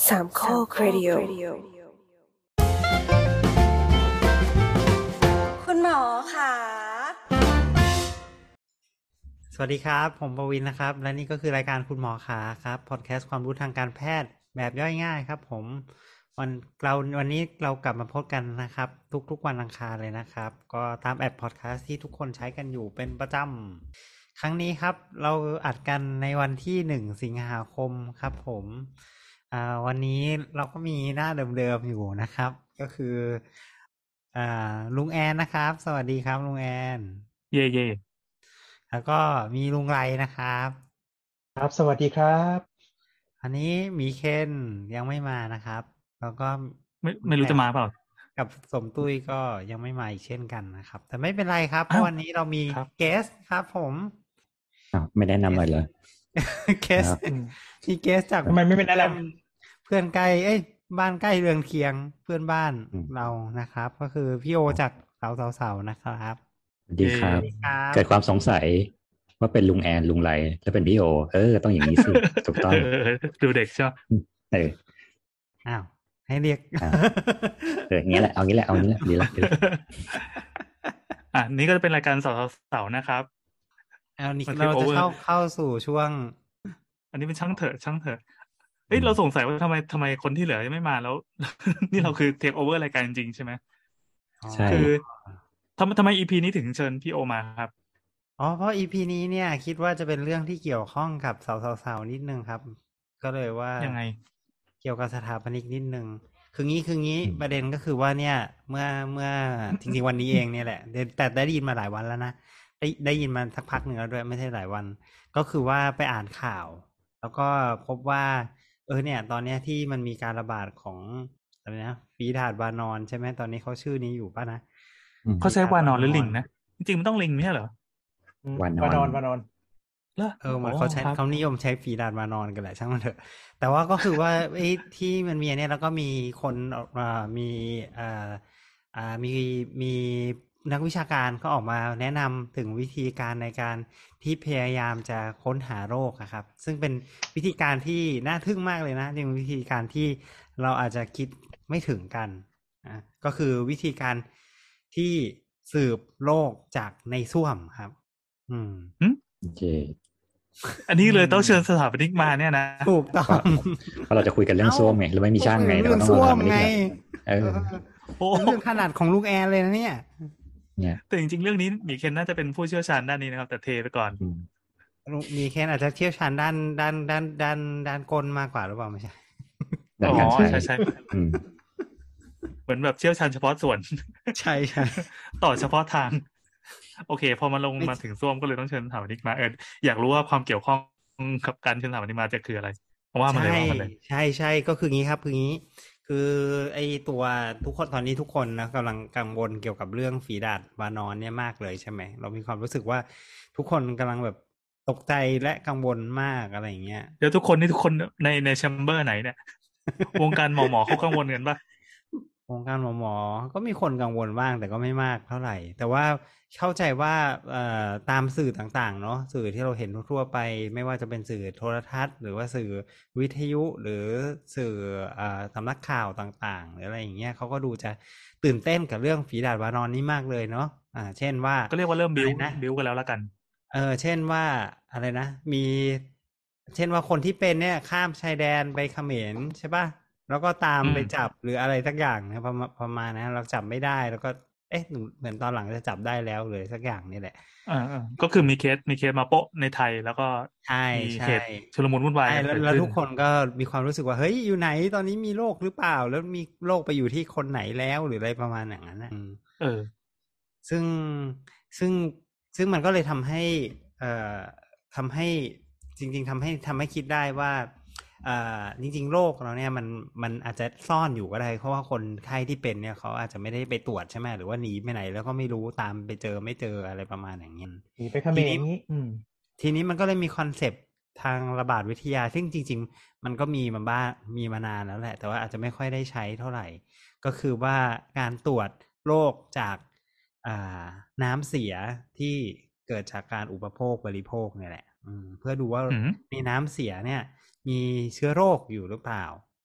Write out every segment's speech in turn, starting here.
สามข้อครดิโอคุณหมอค่ะสวัสดีครับผมประวินนะครับและนี่ก็คือรายการคุณหมอขาครับพอดแคสต์ความรู้ทางการแพทย์แบบย่อยง่ายครับผมวันนี้เรากลับมาพบกันนะครับทุกวันอังคารเลยนะครับก็ตามแอปพอดแคสต์ที่ทุกคนใช้กันอยู่เป็นประจำครั้งนี้ครับเราอัดกันในวันที่1 สิงหาคมครับผมวันนี้เราก็มีหน้าเดิมๆอยู่นะครับก็คือลุงแอนนะครับสวัสดีครับลุงแอนเย่เย่แล้วก็มีลุงไรนะครับครับสวัสดีครับอันนี้หมีเคนยังไม่มานะครับแล้วก็ไม่รู้จะมาเปล่ากับสมตุ้ยก็ยังไม่มาอีกเช่นกันนะครับแต่ไม่เป็นไรครับเพอ้าวราะวันนี้เรามีครับเกสครับผมไม่แนะนำเลยเหรอเกสมีเกสจากทำไมไม่เป็นอะไรเพื่อนใกล้บ้านใกล้เรือนเคียงเพื่อนบ้านเรานะครับก็คือพี่โอจากเสานะครับสวัสดีครับสวัสดีครับเกิดความสงสัยว่าเป็นลุงแอนลุงไรแล้วเป็นพี่โอต้องอย่างนี้สิ ถูกต้องดูเด็กใช่ไหมอ้าวให้เรียกอย่างนี้แหละเอางี้แหละดีละนี่ก็จะเป็นรายการเสาร์นะครับนี่เราจะเข้าสู่ช่วงอันนี้เป็นช่างเถอะเราสงสัยว่าทำไมคนที่เหลือยังไม่มาแล้ว นี่เราคือเทคโอเวอร์รายการจริงๆใช่ไหมใช่คือทำไม EP นี้ถึงเชิญพี่โอมาครับเพราะ EP นี้เนี่ยคิดว่าจะเป็นเรื่องที่เกี่ยวข้องกับสาวนิดนึงครับก็เลยว่ายังไงเกี่ยวกับสถาปนิกนิดนึงคืองี้ประเด็นก็คือว่าเนี่ยเมื่อจริงๆวันนี้เองเนี่ยแหละแต่ได้ยินมาหลายวันแล้วนะได้ยินมาสักพักหนึ่งแล้วด้วยไม่ใช่หลายวันก็คือว่าไปอ่านข่าวแล้วก็พบว่าเนี่ยตอนนี้ที่มันมีการระบาดของอะไรนะฝีดาษวานอนใช่ไหมตอนนี้เขาชื่อนี้อยู่ป่ะนะเขาใช้วานอนหรือลิงนะจริงๆมันต้องลิงไม่ใช่เหรอวานอนเหมือนเขานิยมใช้ฝีดาษวานอนกันแหละช่างมันเถอะแต่ว่าก็คือว่าที่มันมีเนี่ยแล้วก็มีคนมีนักวิชาการก็ออกมาแนะนำถึงวิธีการในการที่พยายามจะค้นหาโรคครับซึ่งเป็นวิธีการที่น่าทึ่งมากเลยนะเป็นวิธีการที่เราอาจจะคิดไม่ถึงกันก็คือวิธีการที่สืบโรคจากในส้วมครับโอเคอันนี้เลยต้องเชิญสถาปนิกมาเนี่ยนะถูกต้องเพราะเราจะคุยกันเรื่องส้วมไงเราไม่มีช่างไงเราต้องสถาปนิกไงเรื่องขนาดของลูกแอนเลยนะเนี่ยแต่จริงๆเรื่องนี้มีเคนน่าจะเป็นผู้เชี่ยวชาญด้านนี้นะครับแต่เทไปก่อนมีเคนอาจจะเชี่ยวชาญด้านกลมากกว่าหรือเปล่าไม่ใช่ใช่เหมือนแบบเชี่ยวชาญเฉพาะส่วนใช่ต่อเฉพาะทางโอเคพอมาลงมาถึงส้วมก็เลยต้องเชิญสถาปนิกมาอยากรู้ว่าความเกี่ยวข้องกับการเชิญสถาปนิกมาจะคืออะไรว่ามันเลยใช่ก็คืองี้ครับคือไอตัวทุกคนตอนนี้ทุกคนนะกำลังกังวลเกี่ยวกับเรื่องฝีดาษวานอนเนี่ยมากเลยใช่ไหมเรามีความรู้สึกว่าทุกคนกำลังแบบตกใจและกังวลมากอะไรอย่างเงี้ยเดี๋ยวทุกคนในแชมเบอร์ไหนเนี่ยวงการหมอเขากังวลกันปะวงการหมอก็มีคนกังวลบ้างแต่ก็ไม่มากเท่าไหร่แต่ว่าเข้าใจว่าตามสื่อต่างๆเนาะสื่อที่เราเห็นทั่วไปไม่ว่าจะเป็นสื่อโทรทัศน์หรือว่าสื่อวิทยุหรือสื่อสำนักข่าวต่างๆหรืออะไรอย่างเงี้ยเขาก็ดูจะตื่นเต้นกับเรื่องฝีดาษวานอนนี้มากเลยเนาะเช่นว่าก็เรียกว่าเริ่มบิ้วกันแล้วละกันเช่นว่าอะไรนะเช่นว่าคนที่เป็นเนี่ยข้ามชายแดนไปเขมรใช่ป่ะแล้วก็ตามไปจับหรืออะไรสักอย่างนะประมาณนะเราจับไม่ได้แล้วก็เหมือนตอนหลังจะจับได้แล้วเลยสักอย่างนี่แหละก็คือมีเคสมาโปะในไทยแล้วก็มีเหตุชุลมุนวุ่นวายแล้วทุกคนก็มีความรู้สึกว่าเฮ้ยอยู่ไหนตอนนี้มีโรคหรือเปล่าแล้วมีโรคไปอยู่ที่คนไหนแล้วหรืออะไรประมาณอย่างนั้นนะซึ่งมันก็เลยทำให้จริงๆทำให้คิดได้ว่าจริงๆโรคเราเนี่ยมันอาจจะซ่อนอยู่ก็ได้เพราะว่าคนไข้ที่เป็นเนี่ยเขาอาจจะไม่ได้ไปตรวจใช่ไหมหรือว่าหนีไปไหนแล้วก็ไม่รู้ตามไปเจอไม่เจออะไรประมาณอย่างนี้หนีไปเขมรทีนี้มันก็เลยมีคอนเซปต์ทางระบาดวิทยาซึ่งจริงๆมันก็มีมานานแล้วแหละแต่ว่าอาจจะไม่ค่อยได้ใช้เท่าไหร่ก็คือว่าการตรวจโรคจากน้ำเสียที่เกิดจากการอุปโภคบริโภคเนี่ยแหละเพื่อดูว่าในน้ำเสียเนี่ยมีเชื้อโรคอยู่หรือเปล่า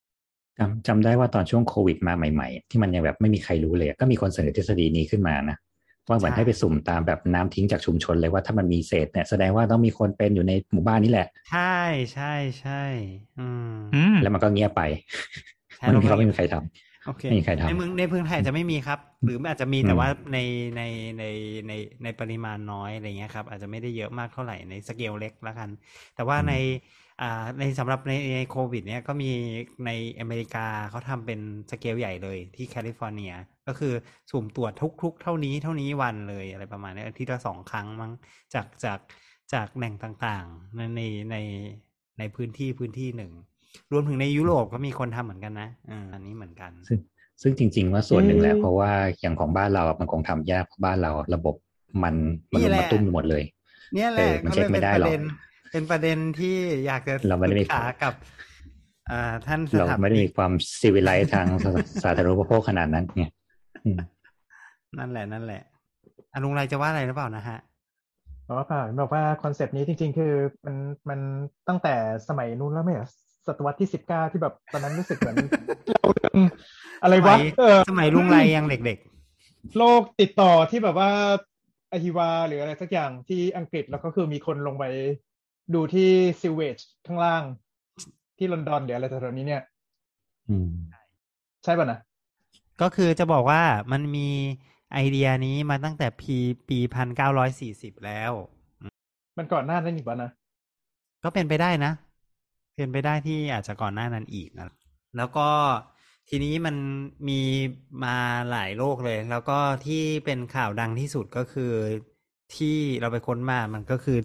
จำได้ว่าตอนช่วงโควิดมาใหม่ๆที่มันยังแบบไม่มีใครรู้เลยก็มีคนเสนอทฤษฎีนี้ขึ้นมานะว่าเหมือนให้ไปสุ่มตามแบบน้ำทิ้งจากชุมชนเลยว่าถ้ามันมีเศษเนี่ยแสดงว่าต้องมีคนเป็นอยู่ในหมู่บ้านนี้แหละใช่ใช่ใช่แล้วมันก็เงียบไปมันไม่มีใครทำโอเคไม่มีใครทำในเมืองไทยจะไม่มีครับ หรืออาจจะมีแต่ว่าในในปริมาณน้อยอะไรเงี้ยครับอาจจะไม่ได้เยอะมากเท่าไหร่ในสเกลเล็กแล้วกันแต่ว่าในสำหรับในโควิดเนี่ยก็มีในอเมริกาเขาทำเป็นสเกลใหญ่เลยที่แคลิฟอร์เนียก็คือสุ่มตรวจทุกเท่านี้วันเลยอะไรประมาณนี้อาทิตย์ละ2 ครั้งมั้งจากแหล่งต่างๆในพื้นที่หนึ่งรวมถึงในยุโรปก็มีคนทำเหมือนกันนะอันนี้เหมือนกันซึ่งจริงๆว่าส่วนหนึ่งแหละเพราะว่าอย่างของบ้านเรามันคงทำยากเพราะบ้านเราระบบมันลุมมาตุ้มหมดเลยเนี่ยแหละมันเช็คไม่ได้หรอกเป็นประเด็นที่อยากจะปรึกษากับท่านสถาปนิกเราไม่ได้มีความซีวิไลซ์ทางสาธารณูปโภคขนาดนั้นไงนั่นแหละลุงไรจะว่าอะไรหรือเปล่านะฮะบอกว่าคอนเซปต์นี้จริงๆคือมันตั้งแต่สมัยนู้นแล้วไม่เหรอศตวรรษที่19ที่แบบตอนนั้นรู้สึกเหมือนอะไรวะสมัยลุงไรยังเด็กๆโรคติดต่อที่แบบว่าอะฮิวาหรืออะไรสักอย่างที่อังกฤษแล้วก็คือมีคนลงไปดูที่ซิลเวจข้างล่างที่ลอนดอนหรืออะไรแถวๆนี้เนี่ยใช่ป่ะนะก็คือจะบอกว่ามันมีไอเดียนี้มาตั้งแต่ปี1940แล้วมันก่อนหน้านั้นอีกป่ะนะก็เป็นไปได้นะเป็นไปได้ที่อาจจะก่อนหน้านั้นอีกนะแล้วก็ทีนี้มันมีมาหลายโรคเลยแล้วก็ที่เป็นข่าวดังที่สุดก็คือที่เราไปค้นมามันก็คือ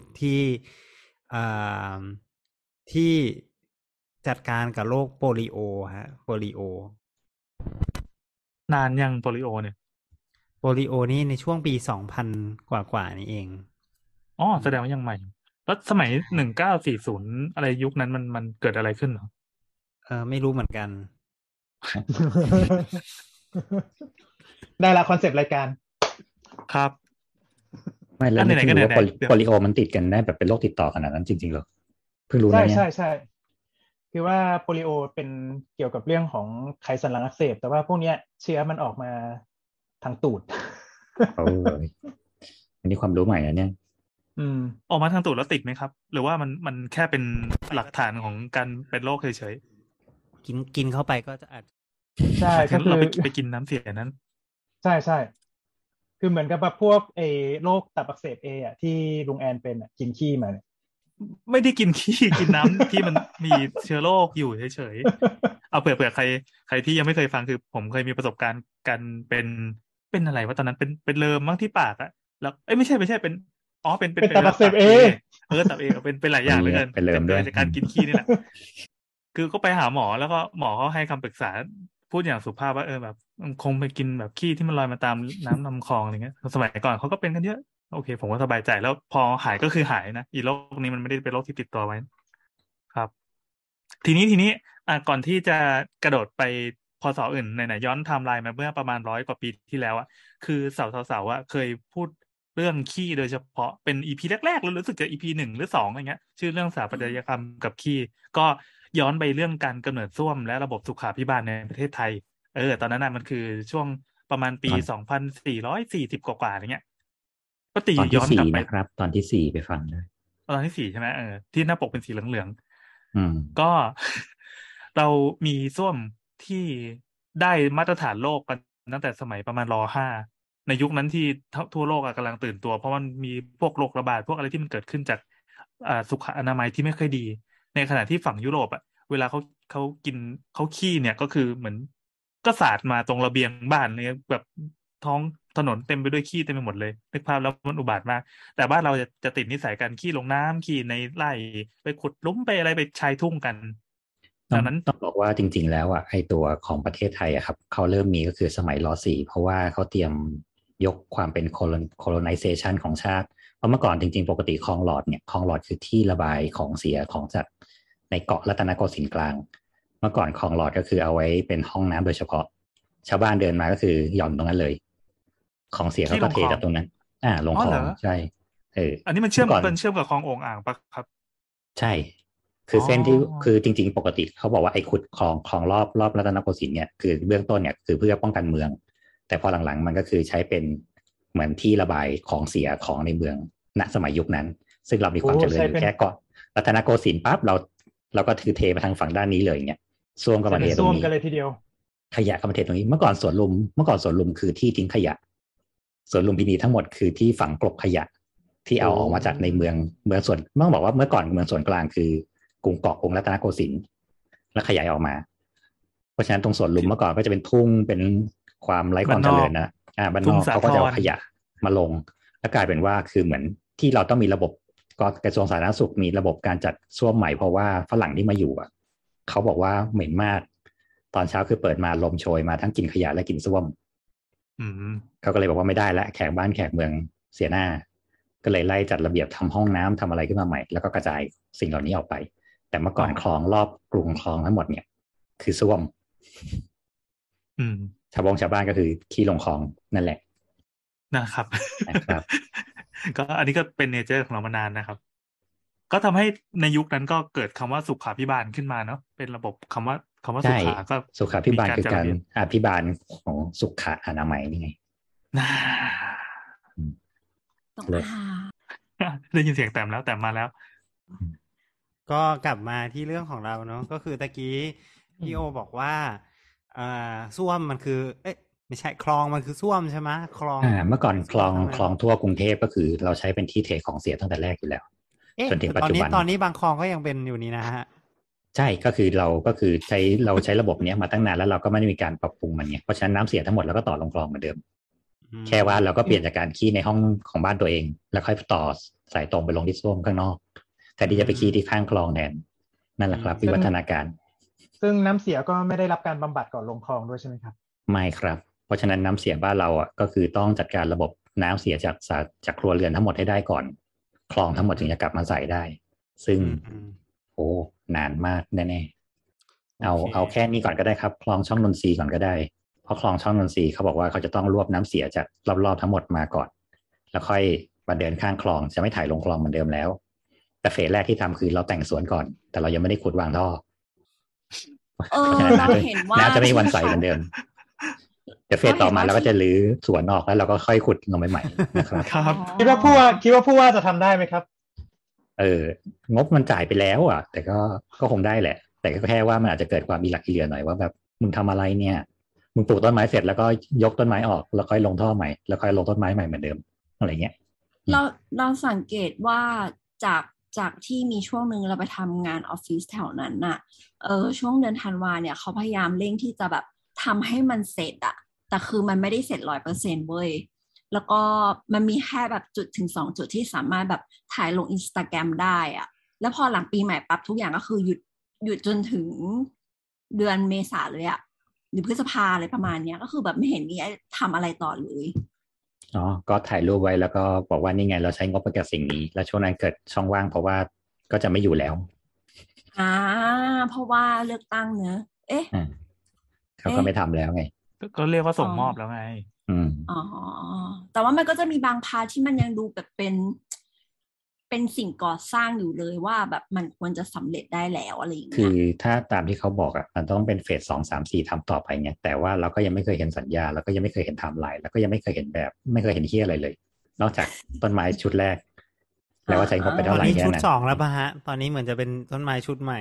ที่จัดการกับโรคโปลิโอฮะโปลิโอนานยังโปลิโอเนี่ยโปลิโอนี่ในช่วงปี2000กว่านี่เองแสดงว่ายังใหม่แล้วสมัย1940อะไรยุคนั้นมันเกิดอะไรขึ้นเหรอไม่รู้เหมือนกันได้ละคอนเซปต์รายการครับไม่แล้วไม่รู้ว่าโปลิโอมันติดกันได้แบบเป็นโรคติดต่อขนาดนั้นจริงๆหรอเพิ่งรู้นะเนี่ยใช่คือว่าโปลิโอเป็นเกี่ยวกับเรื่องของไขสันหลังอักเสบแต่ว่าพวกนี้เชื้อมันออกมาทางตูดอันนี้ความรู้ใหม่นะเนี่ยออกมาทางตูดแล้วติดไหมครับหรือว่ามันแค่เป็นหลักฐานของการเป็นโรคเฉยๆกินเข้าไปก็จะอาจใช่ก็คือเราไปกินน้ำเสียนั้นใช่คือเหมือนกับพวกโรคตับอักเสบอ่ะที่ลุงแอนเป็นกินขี้มาไม่ได้กินขี้กินน้ำที่มันมีเชื้อโรคอยู่เฉยๆเอาเผื่อใครที่ยังไม่เคยฟังคือผมเคยมีประสบการณ์กันเป็นอะไรว่าตอนนั้นเป็นเลิมมั้งที่ปากอะแล้วไม่ใช่เป็นเป็นตับอักเสบตับเป็นหลายอย่างเลยกันเป็นเลิมด้วยจากการกินขี้นี่แหละคือก็ไปหาหมอแล้วก็หมอเขาให้คำปรึกษาพูดอย่างสุภาพว่าแบบคงไปกินแบบขี้ที่มันลอยมาตามน้ำลำคลองอะไรเงี้ยสมัยก่อนเขาก็เป็นกันเยอะโอเคผมก็สบายใจแล้วพอหายก็คือหายนะอีโรคนี้มันไม่ได้เป็นโรคที่ติดตัวไว้ครับทีนี้ก่อนที่จะกระโดดไปพศอื่นไหนย้อนไทม์ไลน์มาเมื่อประมาณ100 กว่าปีที่แล้วอะคือเสาอะเคยพูดเรื่องขี้โดยเฉพาะเป็นอีพีแรกๆแล้วรู้สึกจะ EP 1 หรือ 2อะไรเงี้ยชื่อเรื่องสถาปัตยกรรมกับขี้ก็ย้อนไปเรื่องการกำเนิดส้วมและระบบสุขาภิบาลในประเทศไทยตอนนั้นน่ะมันคือช่วงประมาณปี2440กว่าอะไรเงี้ยก็ตีย้อนกลับไปนะครับตอนที่4ไปฟังเลยตอนที่4ใช่ไหมที่หน้าปกเป็นสีเหลืองๆก็เรามีส้วมที่ได้มาตรฐานโลกกันตั้งแต่สมัยประมาณร.5ในยุคนั้นที่ทั่วโลกกำลังตื่นตัวเพราะมันมีพวกโรคระบาดพวกอะไรที่มันเกิดขึ้นจากสุขอนามัยที่ไม่ค่อยดีในขณะที่ฝั่งยุโรปเวลาเขากินเขาขี้เนี่ยก็คือเหมือนก็สาดมาตรงระเบียงบ้านเนี่ยแบบท้องถนนเต็มไปด้วยขี้เต็มไปหมดเลยนึกภาพแล้วมันอุบาทมากแต่บ้านเราจะติดนิสัยการขี้ลงน้ำขี้ในไร่ไปขุดหลุมไปอะไรไปชายทุ่งกันดังนั้นต้องบอกว่าจริงๆแล้วไอตัวของประเทศไทยครับเขาเริ่มมีก็คือสมัยร.4เพราะว่าเขาเตรียมยกความเป็นcolonization ของชาติเพราะเมื่อก่อนจริงๆปกติคลองหลอดเนี่ยคลองหลอดคือที่ระบายของเสียของจากในเกาะรัตนโกสินทร์กลางเมื่อก่อนคลองหลอดก็คือเอาไว้เป็นห้องน้ำโดยเฉพาะชาวบ้านเดินมาก็คือหย่อนตรงนั้นเลยของเสียเขาก็เทจากตรงนั้นลงคลองใช่อันนี้มันเชื่อมกับคลองโอ่งอ่างปะครับใช่คือเส้นที่คือจริงๆปกติเขาบอกว่าไอ้ขุดคลองรอบรัตนโกสินทร์เนี่ยคือเบื้องต้นเนี่ยคือเพื่อป้องกันเมืองแต่พอหลังๆมันก็คือใช้เป็นเหมือนที่ระบายของเสียของในเมืองณสมัยยุคนั้นซึ่งเรามีความเจริญอยู่แค่ก่อนรัตนโกสินทร์ปั๊บเราก็ถือเทมาทางฝั่งด้านนี้เลยเนี่ยส้วมก็มาเทตรงนี้กันเลยทีเดียวขยะก็มาเทตรงนี้เมื่อก่อนสวนลุมคือที่ทิ้งขยะสวนลุมพินีทั้งหมดคือที่ฝังกลบขยะที่เอาออกมาจากในเมืองส่วนต้องบอกว่าเมื่อก่อนเมืองส่วนกลางคือกรุงเกาะกรุงรัตนโกสินทร์และขยายออกมาเพราะฉะนั้นตรงสวนลุมเมื่อก่อนก็จะเป็นทุ่งเป็นความไร้ความเจริญนะบ้านนอกเขาก็จะเอาขยะมาลงแล้วกลายเป็นว่าคือเหมือนที่เราต้องมีระบบกระทรวงสาธารณสุขมีระบบการจัดส้วมใหม่เพราะว่าฝรั่งที่มาอยู่เขาบอกว่าเหม็นมากตอนเช้าคือเปิดมาลมโชยมาทั้งกลิ่นขยะและกลิ่นส้วมเขาก็เลยบอกว่าไม่ได้ละแขกบ้านแขกเมืองเสียหน้าก็เลยไล่จัดระเบียบทำห้องน้ำทำอะไรขึ้นมาใหม่แล้วก็กระจายสิ่งเหล่านี้ออกไปแต่เมื่อก่อนคลองรอบกรุงคลองทั้งหมดเนี่ยคือส้วมชาวบ้านก็คือขี้ลงคลองนั่นแหละนะครับก็อันนี้ก็เป็นเนเจอร์ของเรามานานนะครับก็ทำให้ในยุคนั้นก็เกิดคำว่าสุขาภิบาลขึ้นมาเนาะเป็นระบบคำว่าสุขาก็สุขาภิบาลคือการอภิบาลของสุขอนามัยนี่ไงเลยได้ยินเสียงแต้มแล้วแต้มมาแล้วก็กลับมาที่เรื่องของเราเนาะก็คือตะกี้พี่โอบอกว่าส้วมมันคือไม่ใช่คลองมันคือส้วมใช่ไหมคลองเมื่อก่อนคลองทั่วกรุงเทพก็คือเราใช้เป็นที่เทของเสียตั้งแต่แรกอยู่แล้วจนถึงปัจจุบันตอนนี้บางคลองก็ยังเป็นอยู่นี่นะฮะใช่ก็คือเราใช้ระบบนี้มาตั้งนานแล้วเราก็ไม่ได้มีการปรับปรุงมันเนี่ยเพราะฉะนั้นน้ำเสียทั้งหมดแล้วก็ต่อลงคลองเหมือนเดิมแค่ว่าเราก็เปลี่ยนจากการขี้ในห้องของบ้านตัวเองแล้วค่อยต่อสายตรงไปลงที่ส้วมข้างนอกแต่ที่จะไปขี้ที่ข้างคลองแทนนั่นแหละครับวิวัฒนาการซึ่งน้ำเสียก็ไม่ได้รับการบำบัดก่อนลงคลองด้วยใช่ไหมครับไม่ครับเพราะฉะนั้นน้ำเสียบ้านเราก็คือต้องจัดการระบบน้ำเสียจากครัวเรือนทั้งหมดให้ได้ก่อนคลองทั้งหมดถึงจะกลับมาใส่ได้ซึ่งนานมากแน่ๆเอาแค่นี้ก่อนก็ได้ครับคลองช่องนนทรีก่อนก็ได้เพราะคลองช่องนนทรีเขาบอกว่าเขาจะต้องรวบน้ำเสียจากรอบๆทั้งหมดมาก่อนแล้วค่อยมาเดินข้างคลองจะไม่ถ่ายลงคลองเหมือนเดิมแล้วแต่เฟสแรกที่ทำคือเราแต่งสวนก่อนแต่เรายังไม่ได้ขุดวางท่อเราเห็นว่าน้ำจะไม่วันใสเหมือนเดิมเดี๋ยวเฟสต่อมาเราก็จะรื้อสวนออกแล้วเราก็ค่อยขุดลงใหม่ๆนะครับคิดว่าผู้ว่าจะทำได้ไหมครับงบมันจ่ายไปแล้วแต่ก็คงได้แหละแต่ก็แค่ว่ามันอาจจะเกิดความอีหลักอีเหลือหน่อยว่าแบบมึงทำอะไรเนี่ยมึงปลูกต้นไม้เสร็จแล้วก็ยกต้นไม้ออกแล้วค่อยลงท่อใหม่แล้วค่อยลงต้นไม้ใหม่เหมือนเดิมอะไรเงี้ยเราสังเกตว่าจากที่มีช่วงนึงเราไปทำงานออฟฟิศแถวนั้นน่ะช่วงเดือนธันวาเนี่ยเขาพยายามเร่งที่จะแบบทำให้มันเสร็จแต่คือมันไม่ได้เสร็จ 100% เว้ยแล้วก็มันมีแค่แบบจุดถึง2จุดที่สามารถแบบถ่ายลง Instagram ได้แล้วพอหลังปีใหม่ปั๊บทุกอย่างก็คือหยุดจนถึงเดือนเมษาเลยหรือพฤษภาอะไรประมาณเนี้ยก็คือแบบไม่เห็นมีทำอะไรต่อเลยก็ถ่ายรูปไว้แล้วก็บอกว่านี่ไงเราใช้งบไปกับสิ่งนี้แล้วช่วงนั้นเกิดช่องว่างเพราะว่าก็จะไม่อยู่แล้วเพราะว่าเลือกตั้งเนอะเขาก็ไม่ทำแล้วไงก็เรียกว่าส่งมอบแล้วไงแต่ว่ามันก็จะมีบางพาร์ทที่มันยังดูแบบเป็นสิ่งก่อสร้างอยู่เลยว่าแบบมันควรจะสำเร็จได้แล้วอะไรอย่างเงี้ยคือถ้าตามที่เขาบอกมันต้องเป็นเฟส 2 3 4ทำต่อไปเนี่ยแต่ว่าเราก็ยังไม่เคยเห็นสัญญาแล้วก็ยังไม่เคยเห็นไทม์ไลน์แล้วก็ยังไม่เคยเห็นแบบไม่เคยเห็นเหี้ยอะไรเลยนอกจากต้นไม้ชุดแรกแล้วว่าใช้งบไปเท่าไหร่เนี่ยชุด2แล้วป่ะฮะตอนนี้เหมือนจะเป็นต้นไม้ชุดใหม่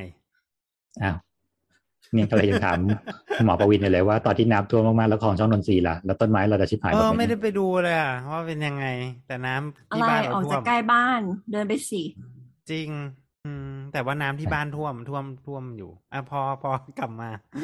เนี่ยก็เลยจะถามหมอประวินเลยว่าตอนที่น้ำท่วมมากๆแล้วคลองช่องนนทรีล่ะแล้วต้นไม้เราจะชิบหายแบบไม่ได้ไปดูเลยว่าเป็นยังไงแต่น้ำที่บ้านออกจากใกล้บ้านเดินไปสิจริงแต่ว่าน้ำที่บ้านท่วมอยู่พอกลับมา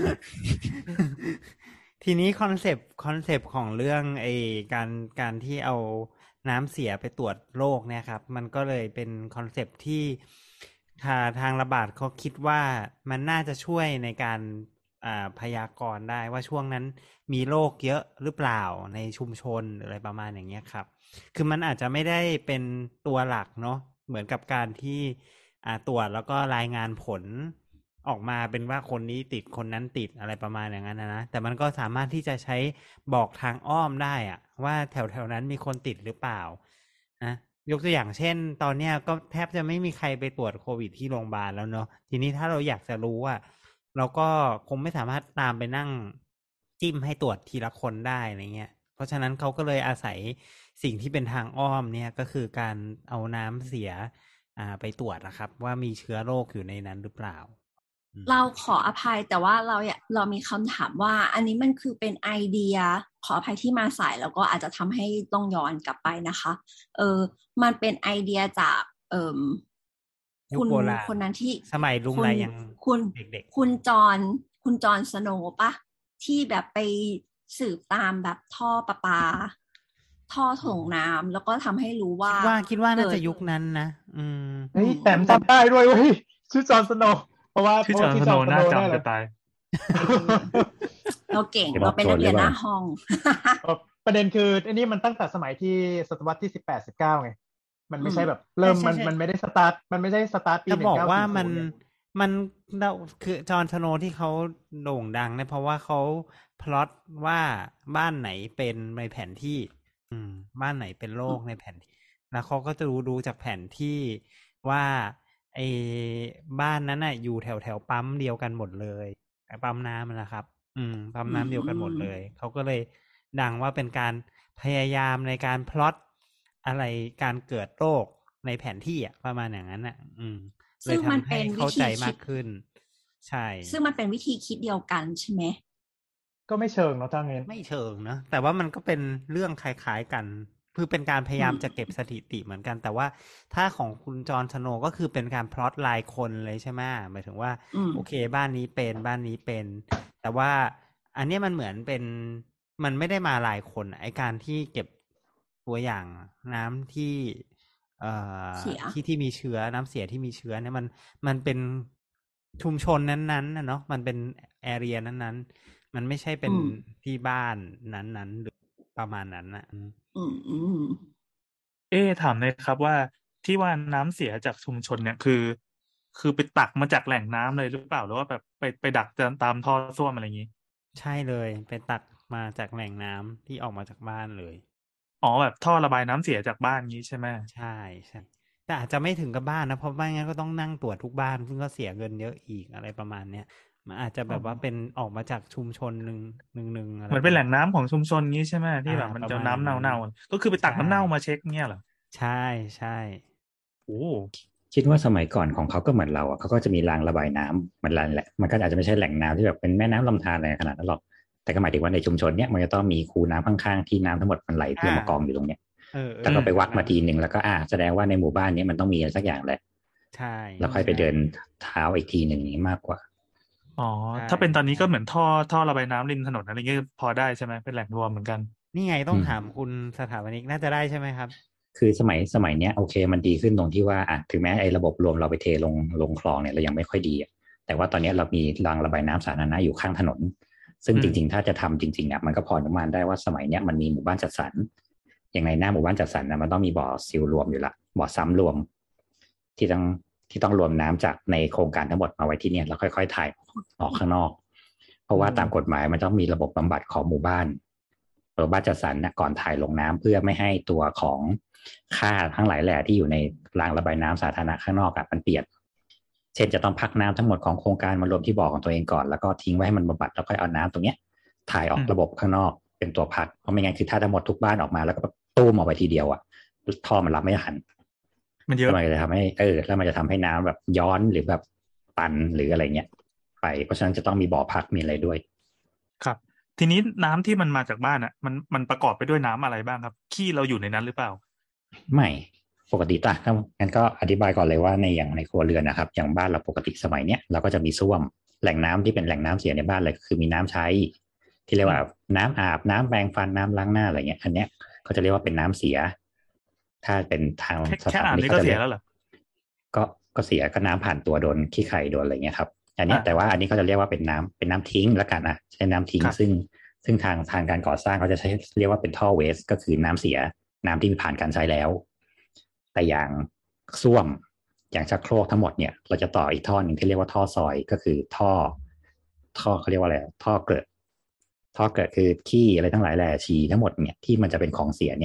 ทีนี้คอนเซปต์ของเรื่องการที่เอาน้ำเสียไปตรวจโรคเนี่ยครับมันก็เลยเป็นคอนเซปต์ที่ทางระบาดเขาคิดว่ามันน่าจะช่วยในการพยากรณ์ได้ว่าช่วงนั้นมีโรคเยอะหรือเปล่าในชุมชนหรืออะไรประมาณอย่างเงี้ยครับคือมันอาจจะไม่ได้เป็นตัวหลักเนาะเหมือนกับการที่ตรวจแล้วก็รายงานผลออกมาเป็นว่าคนนี้ติดคนนั้นติดอะไรประมาณอย่างนั้นนะแต่มันก็สามารถที่จะใช้บอกทางอ้อมได้ว่าแถวนั้นมีคนติดหรือเปล่านะยกตัวอย่างเช่นตอนเนี้ยก็แทบจะไม่มีใครไปตรวจโควิดที่โรงพยาบาลแล้วเนาะทีนี้ถ้าเราอยากจะรู้ว่าเราก็คงไม่สามารถตามไปนั่งจิ้มให้ตรวจทีละคนได้อะไรเงี้ยเพราะฉะนั้นเขาก็เลยอาศัยสิ่งที่เป็นทางอ้อมเนี่ยก็คือการเอาน้ำเสียไปตรวจนะครับว่ามีเชื้อโรคอยู่ในนั้นหรือเปล่าเราขออภัยแต่ว่าเรามีคำถามว่าอันนี้มันคือเป็นไอเดียขออภัยที่มาสายแล้วก็อาจจะทำให้ต้องย้อนกลับไปนะคะมันเป็นไอเดียจากคุณคนนั้นที่สมัยลุงไรยังเด็กๆคุณจอนสโนว์ปะที่แบบไปสืบตามแบบท่อประปาท่อส่งน้ำแล้วก็ทำให้รู้ว่าคิดว่าน่าจะยุคนั้นนะเฮ้ยแต่จำได้ด้วยเว้ยชื่อจอห์นสโนว์เพราะว่าชื่อจอห์นสโนว์น่าจำจะตายเราเก่งเราเป็นนักเรียนหน้าห้องประเด็นคืออันนี้มันตั้งแต่สมัยที่ศตวรรษที่18-19ไงมันไม่ใช่แบบเริ่มมันไม่ได้สตาร์ทมันไม่ใช่สตาร์ทปี1940 จะบอกว่ามันคือจอห์นสโนว์ที่เขาโด่งดังเนี่ยเพราะว่าเขาพล็อตว่าบ้านไหนเป็นในแผนที่บ้านไหนเป็นโรคในแผนที่แล้วเขาก็จะดูจากแผนที่ว่าไอ้บ้านนั้นน่ะอยู่แถวปั๊มเดียวกันหมดเลยปั๊มน้ำนะครับปั๊มน้ำเดียวกันหมดเลยเขาก็เลยดังว่าเป็นการพยายามในการพล็อตอะไรการเกิดโรคในแผนที่อ่ะประมาณอย่างนั้นอ่ะซึ่งมันเป็นเข้าใจมากขึ้นใช่ซึ่งมันเป็นวิธีคิดเดียวกันใช่ไหมก็ไม่เชิงเนาะทั้งนี้ไม่เชิงนะแต่ว่ามันก็เป็นเรื่องคล้ายๆกันคือเป็นการพยายามจะเก็บสถิติเหมือนกันแต่ว่าถ้าของคุณจอห์นสโนว์ก็คือเป็นการพล็อตรายคนเลยใช่ไหมหมายถึงว่าโอเคบ้านนี้เป็นบ้านนี้เป็นแต่ว่าอันนี้มันเหมือนเป็นมันไม่ได้มารายคนไอการที่เก็บตัวอย่างน้ำที่ที่มีเชื้อน้ำเสียที่มีเชื้อเนี่ยมันเป็นชุมชนนั้นๆนะเนาะมันเป็นแอเรียนั้นๆมันไม่ใช่เป็นที่บ้านนั้นๆหรือประมาณนั้นนะถามเลยครับว่าที่ว่าน้ำเสียจากชุมชนเนี่ยคือไปตักมาจากแหล่งน้ำเลยหรือเปล่าหรือว่าแบบไปดักตามท่อส้วมอะไรอย่างนี้ใช่เลยไปตักมาจากแหล่งน้ำที่ออกมาจากบ้านเลยแบบท่อระบายน้ำเสียจากบ้านงี้ใช่ไหมใช่ใช่แต่อาจจะไม่ถึงกับบ้านนะเพราะไม่งั้นก็ต้องนั่งตรวจทุกบ้านซึ่งก็เสียเงินเยอะอีกอะไรประมาณเนี้ยมันอาจจะแบบว่าเป็นออกมาจากชุมชนหนึ่งอะไรเหมือนเป็นแหล่งน้ำของชุมชนงี้ใช่ไหมที่แบบมันจะน้ำเน่าก็คือไปตักน้ำเน่ามาเช็คเงี้ยเหรอใช่ใช่โอ้คิดว่าสมัยก่อนของเขาก็เหมือนเราเขาก็จะมีรางระบายน้ำมันแหละมันก็อาจจะไม่ใช่แหล่งน้ำที่แบบเป็นแม่น้ำลำธารอะไรขนาดนั้นหรอกแต่ก็หมายถึงว่าในชุมชนเนี้ยมันจะต้องมีคูน้ำข้างๆที่น้ำทั้งหมดมันไหลรวมมากองอยู่ตรงเนี้ยแล้วก็ไปวัดมาทีนึงแล้วก็แสดงว่าในหมู่บ้านนี้มันต้องมีอะไรสักอย่างแหละใช่แล้วค่อยไปเดินเท้าอีกทีหนึ่งนี้มากกว่าถ้าเป็นตอนนี้ก็เหมือนท่อระบายน้ำริมถนนอะไรเงี้ยพอได้ใช่ไหมเป็นแหล่งรวมเหมือนกันนี่ไงต้องถามคุณสถาปนิกน่าจะได้ใช่ไหมครับคือสมัยเนี้ยโอเคมันดีขึ้นตรงที่ว่าถึงแม้ไอ้ระบบรวมเราไปเทลงคลองเนี่ยเรายังไม่ค่อยดีแต่ว่าตอนนี้เรามีรางระบายน้ำสาธารณะอยู่ข้างถนนซึ่งจริงๆถ้าจะทำจริงๆมันก็พออนุมานได้ว่าสมัยเนี้ยมันมีหมู่บ้านจัดสรรอย่างในหน้าหมู่บ้านจัดสรรมันต้องมีบ่อซิลรวมอยู่ละบ่อซ้ำรวมที่ต้องรวมน้ำจากในโครงการทั้งหมดมาไว้ที่เนี่ยแล้วค่อยๆถ่ายออกข้างนอกเพราะว่าตามกฎหมายมันต้องมีระบบบำบัดของหมู่บ้านจัดสรรก่อนถ่ายลงน้ำเพื่อไม่ให้ตัวของค่าทั้งหลายแหล่ที่อยู่ในรางระบายน้ำสาธารณะข้างนอกมันเปลี่ยนเช่นจะต้องพักน้ำทั้งหมดของโครงการมารวมที่บ่อของตัวเองก่อนแล้วก็ทิ้งไว้ให้มันบำบัดแล้วค่อยเอาน้ำตรงเนี้ยถ่ายออกระบบข้างนอกเป็นตัวพักเพราะไม่งั้นคือถ้าทั้งหมดทุกบ้านออกมาแล้วก็ตู้มออกไปทีเดียวท่อมันรับไม่ทันมันเยอะมันจะทำให้แล้วมันจะทำให้น้ำแบบย้อนหรือแบบตันหรืออะไรเงี้ยไปเพราะฉะนั้นจะต้องมีบ่อพักมีอะไรด้วยครับทีนี้น้ำที่มันมาจากบ้านมันประกอบไปด้วยน้ำอะไรบ้างครับขี้เราอยู่ในนั้นหรือเปล่าไม่ปกติงั้นก็อธิบายก่อนเลยว่าในครัวเรือนนะครับอย่างบ้านเราปกติสมัยเนี้ยเราก็จะมีส้วมแหล่งน้ำที่เป็นแหล่งน้ำเสียในบ้านเลยคือมีน้ำใช้ที่เรียกว่าน้ำอาบน้ำแปรงฟันน้ำล้างหน้าอะไรเงี้ยอันเนี้ยเขาจะเรียกว่าเป็นน้ำเสียถ้าเป็นทางสถาปนิกก็เสียแล้วเหรอก็เสียก็น้ำผ่านตัวโดนขี้ไข่โดนอะไรเงี้ยครับอันนี้แต่ว่าอันนี้เขาจะเรียกว่าเป็นน้ำทิ้งแล้วกันใช้น้ำทิ้งซึ่งทางการก่อสร้างเขาจะใช้เรียกว่าเป็นท่อเวสก็คือน้ำเสียน้ำที่ผ่านการใช้แล้วแต่อย่างส้วมอย่างชักโครกทั้งหมดเนี่ยเราจะต่ออีกท่อหนึ่งที่เรียกว่าท่อซอยก็คือท่อเขาเรียกว่าอะไรท่อเกิดคือขี้อะไรทั้งหลายแหล่ฉี่ทั้งหมดเนี่ยที่มันจะเป็นของเสียเนี่ย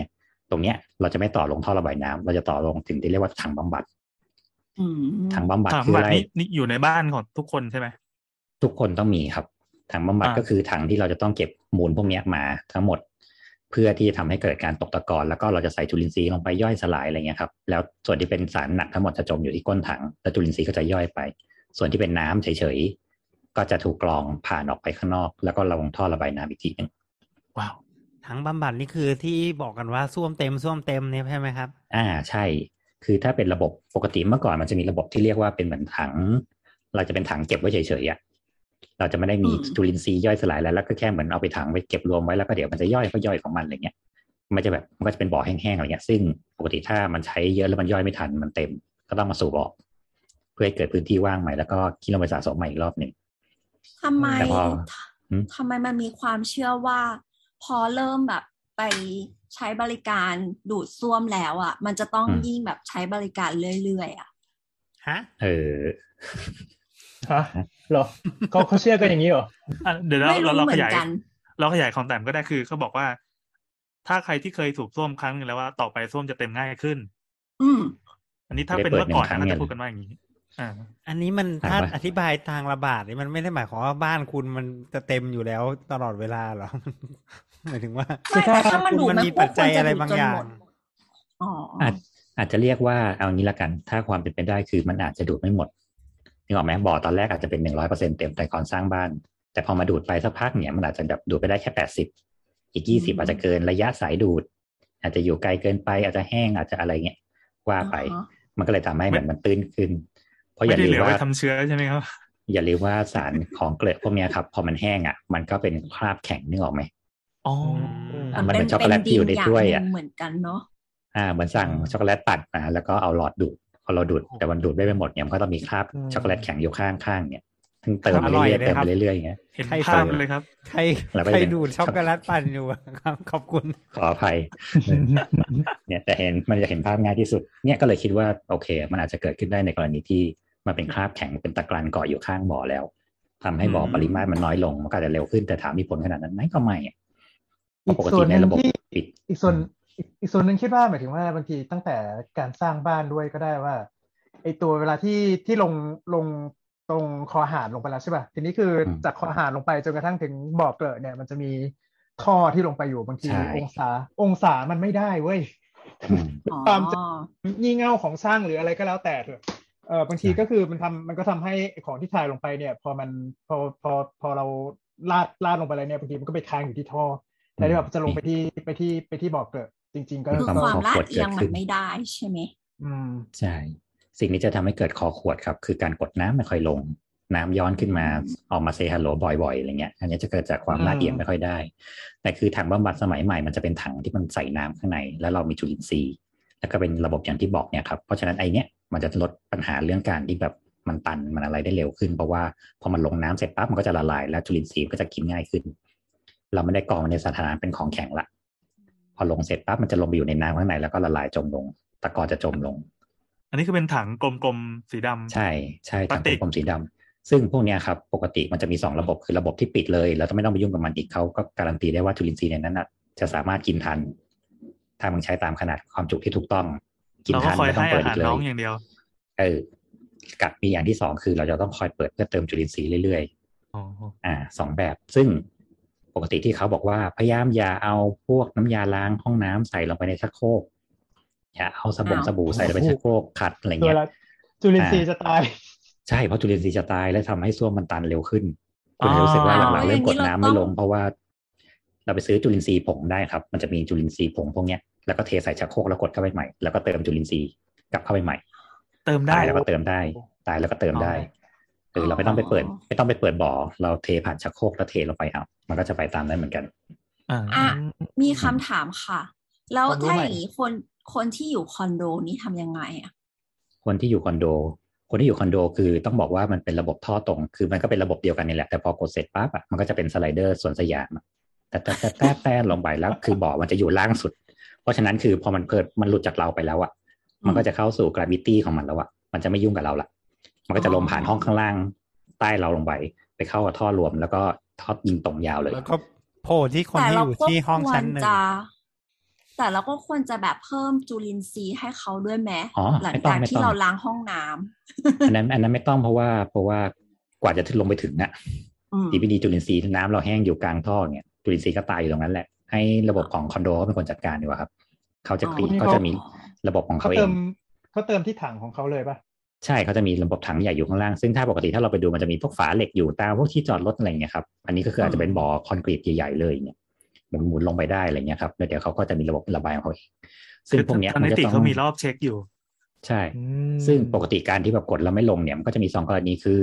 ตรงเนี้ยเราจะไม่ต่อลงท่อระบายน้ำเราจะต่อลงถึงที่เรียกว่าถังบำบัด ถังบำบัดคืออะไรนี่อยู่ในบ้านของทุกคนใช่ไหมทุกคนต้องมีครับถังบำบัดก็คือถังที่เราจะต้องเก็บมูลพวกนี้มาทั้งหมดเพื่อที่จะทำให้เกิดการตกตะกอนแล้วก็เราจะใส่จุลินทรีย์ลงไปย่อยสลายอะไรเงี้ยครับแล้วส่วนที่เป็นสารหนักทั้งหมดจะจมอยู่ที่ก้นถังแล้วจุลินทรีย์ก็จะย่อยไปส่วนที่เป็นน้ำเฉยๆก็จะถูกกรองผ่านออกไปข้างนอกแล้วก็ลงท่อระบายน้ำอีกทีนึงว้าวถังบำบัดนี่คือที่บอกกันว่าส้วมเต็มเนี่ยใช่ไหมครับใช่คือถ้าเป็นระบบปกติเมื่อก่อนมันจะมีระบบที่เรียกว่าเป็นเหมือนถังเราจะเป็นถังเก็บไว้เฉยๆเราจะไม่ได้มีจุลินทรีย์ย่อยสลายแล้วก็แค่เหมือนเอาไปถังไว้เก็บรวมไว้แล้วก็เดี๋ยวมันจะย่อยของมันอะไรเงี้ยมันจะแบบมันก็จะเป็นบ่อแห้งๆอะไรเงี้ยซึ่งปกติถ้ามันใช้เยอะแล้วมันย่อยไม่ทันมันเต็มก็ต้องมาสูบออกเพื่อให้เกิดพื้นที่ว่างใหม่แล้วก็คิดลงไปสะสมใหม่อีกรอบหนึ่งทำไมมันมีความเชื่อว่าพอเริ่มแบบไปใช้บริการดูดซ่วมแล้วอ่ะมันจะต้องยิ่งแบบใช้บริการเรื่อยๆอ่ะฮะฮะเหรอเขาเชื่อกันอย่างนี้เหรอเดี๋ยวเราขยายของแต่ก็ได้คือเขาบอกว่าถ้าใครที่เคยสูบส้วมครั้งนึงแล้วว่าต่อไปส้วมจะเต็มง่ายขึ้นอันนี้ถ้าเป็นเมื่อก่อนนะจะพูดกันว่าอย่างนี้อันนี้มันถ้าอธิบายทางระบาดนี่มันไม่ได้หมายความว่าบ้านคุณมันจะเต็มอยู่แล้วตลอดเวลาหรอหมายถึงว่าถ้ามันมีปัจจัยอะไรบางอย่างอาจจะเรียกว่าเอางี้ละกันถ้าความเป็นไปได้คือมันอาจจะดูดไม่หมดนึกออกไหมบ่อตอนแรกอาจจะเป็น 100% เต็มแต่ก่อนสร้างบ้านแต่พอมาดูดไปสักพักเนี่ยมันอาจจะแบบดูดไปได้แค่80อีก20อาจจะเกินระยะสายดูดอาจจะอยู่ไกลเกินไปอาจจะแห้งอาจจะอะไรเงี้ยว่าไปมันก็เลยทำให้เหมือนมันตื้นขึ้นเพราะอย่าลืมว่าทำเชื้อใช่ไหมครับอย่าลืมว่าสารของเกลือพวกนี้ครับพอมันแห้งมันก็เป็นคราบแข็งนึกออกไหมมันเป็นช็อกโกแลตที่อยู่ในถ้วยเหมือนกันเนาะเหมือนสั่งช็อกโกแลตปั่นมาแล้วก็เอาหลอดดูดพอเราดูดแต่มันดูดไม่หมดเนี่ยมันก็ต้องมีคราบช็อกโกแลตแข็งอยู่ข้างๆเนี่ยทั้งเติมไปเรื่อยๆเติมไปเรื่อยๆอย่างเงี้ยเห็นภาพเลยครับใครดูดช็อกโกแลตปั่นอยู่ครับขอบคุณขออภัยเนี่ยแต่มันจะเห็นภาพง่ายที่สุดเนี่ยก็เลยคิดว่าโอเคมันอาจจะเกิดขึ้นได้ในกรณีที่มันเป็นคราบแข็งเป็นตะกรันเกาะอยู่ข้างบ่อแล้วทำให้บ่อปริมาตรมันน้อยลงมันก็จะเร็วขึ้นแต่ถามมีผลขนาดนั้นไหมก็ไม่ปกติในระบบปิดอีกส่วนนึงคิดว่าหมายถึงว่าบางทีตั้งแต่การสร้างบ้านด้วยก็ได้ว่าไอตัวเวลาที่ลงตรงคอหาดลงไปแล้วใช่ป่ะทีนี้คือจากคอหาดลงไปจนกระทั่งถึงบ่อเกลอะเนี่ยมันจะมีท่อที่ลงไปอยู่บางทีองศามันไม่ได้เว้ยความงี่เง่าของช่างหรืออะไรก็แล้วแต่เถอะบางทีก็คือมันก็ทำให้ของที่ถ่ายลงไปเนี่ยพอเราลาดลงไปแล้วเนี่ยบางทีมันก็ไปค้างอยู่ที่ท่อแต่ที่แบบจะลงไปที่บ่อเกลอะจริงๆก็คือความลาดเอียงมันไม่ได้ใช่ไหมใช่สิ่งนี้จะทำให้เกิดคอขวดครับคือการกดน้ำไม่ค่อยลงน้ำย้อนขึ้นมาออกมาเซฮัลโหลบ่อยๆอะไรเงี้ยอันนี้จะเกิดจากความลาดเอียงไม่ค่อยได้แต่คือถังบำบัดสมัยใหม่มันจะเป็นถังที่มันใส่น้ำข้างในแล้วเรามีจุลินทรีย์แล้วก็เป็นระบบอย่างที่บอกเนี่ยครับเพราะฉะนั้นไอเนี้ยมันจะลดปัญหาเรื่องการที่แบบมันตันมันอะไรได้เร็วขึ้นเพราะว่าพอมันลงน้ำเสร็จปั๊บมันก็จะละลายแล้วจุลินทรีย์ก็จะกินง่ายขึ้นเราไม่ได้กรองมันในสถานะเป็นของแข็งละพอลงเสร็จปั๊บมันจะลงไปอยู่ในน้ำข้างในแล้วก็ละลายจมลงตะกอนจะจมลงอันนี้คือเป็นถังกลมๆสีดำใช่ถังกลมๆสีดำซึ่งพวกนี้ครับปกติมันจะมี2ระบบคือระบบที่ปิดเลยแล้วไม่ต้องไปยุ่งกับมันอีกเขาก็การันตีได้ว่าจุลินทรีย์ในนั้นจะสามารถกินทันถ้ามึงใช้ตามขนาดความจุที่ถูกต้องกินทันไม่ต้องเปิดอีกเลยอย่างเดียวกับมีอย่างที่2คือเราจะต้องคอยเปิดเพื่อเติมจุลินทรีย์เรื่อยๆ2แบบซึ่งปกติที่เขาบอกว่าพยายามอย่าเอาพวกน้ำยาล้างห้องน้ำใส่ลงไปในชักโครกอย่าเอาสบู่ใส่ลงไปชักโครกขัดอะไรเงี้ยจุลินทรีย์จะตายใช่เพราะจุลินทรีย์จะตายและทำให้ส้วมมันตันเร็วขึ้นคุณรู้สึกว่าหลังๆเริ่มกดน้ำไม่ลงเพราะว่าเราไปซื้อจุลินทรีย์ผงได้ครับมันจะมีจุลินทรีย์ผงพวกเนี้ยแล้วก็เทใส่ชักโครกแล้วกดเข้าไปใหม่แล้วก็เติมจุลินทรีย์กลับเข้าไปใหม่เติมได้แล้วก็เติมได้ตายแล้วก็เติมได้เราไม่ต้องไปเปิดบ่อเราเทผ่านชักโครกแล้วเทลงไปเอามันก็จะไปตามได้เหมือนกันมีคำถามค่ะแล้วถ้าอย่างนี้คนที่อยู่คอนโดนี้ทำยังไงคนที่อยู่คอนโดคือต้องบอกว่ามันเป็นระบบท่อตรงคือมันก็เป็นระบบเดียวกันนี่แหละแต่พอกดเสร็จปั๊บมันก็จะเป็นสไลเดอร์สวนสยามแต่ลงไปแล้วคือบ่อมันจะอยู่ล่างสุดเพราะฉะนั้นคือพอมันหลุดจากเราไปแล้วมันก็จะเข้าสู่กราวิตี้ของมันแล้วมันจะไม่ยุ่งกับเราละมันก็จะลงผ่านห้องข้างล่างใต้เราลงไปเข้ากับท่อรวมแล้วก็ท่อยิงตรงยาวเลยแล้วก็โผล่ที่คนที่อยู่ที่ห้องชั้นหนึ่งแต่เราก็ควรจะแบบเพิ่มจุลินทรีย์ให้เขาด้วยไหมอ๋อหลังไม่ต้อจาง กไม่ที่ต้องเราล้างห้องน้ำอันนั้นไม่ต้องเพราะว่ากว่าจะลงไปถึงอ่ะ DPD จุลินทรีย์น้ำเราแห้งอยู่กลางท่อเนี่ยจุลินทรีย์ก็ตายอยู่ตรงนั้นแหละให้ระบบของคอนโดเขาเป็นคนจัดการดีกว่าครับเขาจะคลีนเขาจะมีระบบของเขาเองเขาเติมที่ถังของเขาเลยป่ะใช่เขาจะมีระบบถังใหญ่อยู่ข้างล่างซึ่งถ้าปกติถ้าเราไปดูมันจะมีพวกฝาเหล็กอยู่ตามพวกที่จอดรถอะไรเงี้ยครับอันนี้ก็คืออาจจะเป็นบ่อคอนกรีตใหญ่ๆเลยเนี่ยหมุนลงไปได้อะไรเงี้ยครับแล้วเดี๋ยวเขาก็จะมีระบบระบายของเขาเองซึ่งพวกเนี้ยมันจะต้องเขามีรอบเช็คอยู่ใช่ซึ่งปกติการที่แบบกดแล้วไม่ลงเนี่ยมันก็จะมี2กรณีคือ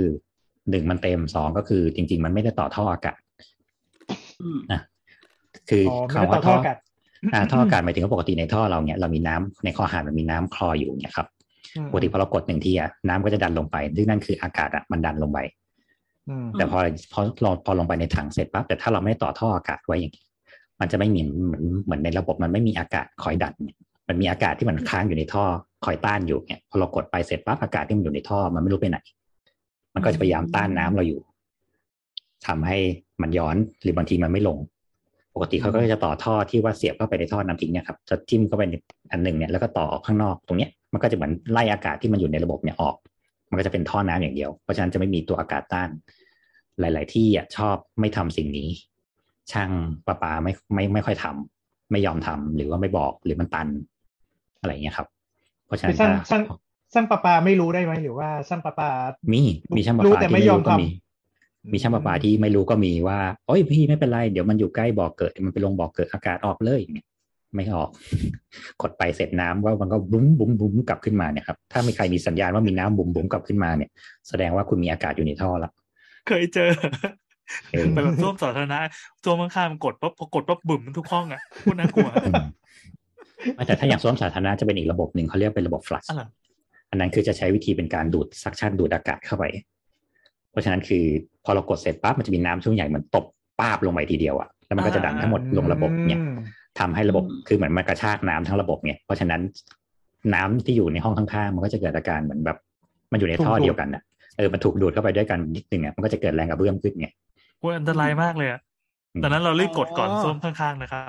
1มันเต็ม2ก็คือจริงๆมันไม่ได้ต่อท่ออากาศนะคือเขาต่อท่ออากาศท่ออากาศหมายถึงว่าปกติในท่อเราเนี่ยเรามีน้ำในคอหาดมันมีน้ำคลออยู่เนี่ยครับปกติพอเรากด1ทีน้ำก็จะดันลงไปซึ่งนั่นคืออากาศมันดันลงไปแต่พอลงไปในถังเสร็จปั๊บแต่ถ้าเราไม่ต่อท่ออากาศไว้อย่างนี้มันจะไม่มีเหมือนในระบบมันไม่มีอากาศคอยดันเนี่ยมันมีอากาศที่มันค้างอยู่ในท่อคอยต้านอยู่เนี่ยพอเรากดไปเสร็จปั๊บอากาศที่มันอยู่ในท่อมันไม่รู้ไปไหนมันก็จะพยายามต้านน้ำเราอยู่ทำให้มันย้อนหรือบางทีมันไม่ลงปกติเขาก็จะต่อท่อที่ว่าเสียบเข้าไปในท่อน้ำทิ้งเนี่ยครับจะจิ้มเข้าไปในอันหนึ่งเนี่ยแล้วก็ต่อออกข้างนอกตรงเนี้ยมันก็จะเหมือนไล่อากาศที่มันอยู่ในระบบเนี่ยออกมันก็จะเป็นท่อน้ำอย่างเดียวเพราะฉะนั้นจะไม่มีตัวอากาศต้านหลายๆที่ชอบไม่ทำสิ่งนี้ช่างประปาไม่ค่อยทำไม่ยอมทำหรือว่าไม่บอกหรือมันตันอะไรเงี้ยครับเพราะฉะนั้นช่างประปาไม่รู้ได้ไหมหรือว่าช่างประปามีช่างประปาที่ไม่ยอมก็มีช่างประปาที่ไม่รู้ก็มีว่าโอ้ยพี่ไม่เป็นไรเดี๋ยวมันอยู่ใกล้บ่อเกิดมันไปลงบ่อเกิดอากาศออกเลยเนี่ยไม่ออกกดไปเสร็จน้ำว่ามันก็บุ้มบุ้มบุ้มกลับขึ้นมาเนี่ยครับถ้ามีใครมีสัญญาณว่ามีน้ำบุ้มบุ้มกลับขึ้นมาเนี่ยแสดงว่าคุณมีอากาศอยู่ในท่อแล้วเคยเจอไปแบบส้วมสาธารณะส้วมข้างๆมันกดปั๊บพอกดปั๊บบึ้มมันทุกห้องอ่ะพูดน่ากลัวแต่ถ้าอย่างส้วมสาธารณะจะเป็นอีกระบบหนึ่งเขาเรียกเป็นระบบ flush อันนั้นคือจะใช้วิธีเป็นการดูดซักชั่นดูดอากาศเข้าไปเพราะฉะนั้นคือพอเรากดเสร็จปั๊บมันจะมีน้ำช่วงใหญ่มันตบป้าบลงไปทีเดียวอ่ะแล้วมันก็จะดันทั้งหมดลงระบบเนี่ยทำให้ระบบคือเหมือนมันกระชากน้ำทั้งระบบเนี่ยเพราะฉะนั้นน้ำที่อยู่ในห้องข้างๆมันก็จะเกิดอาการเหมือนแบบมันอยู่ในท่อเดียวกันนะมันถูกดูดเข้าไปด้วยกันนิดนึงอ่ะมันก็จะเกิดแรงกระเพื่อมขึ้นไงโอ้ยอันตรายมากเลยอ่ะตอนนั้นเรารีบกดก่อนส้วมข้างๆนะครับ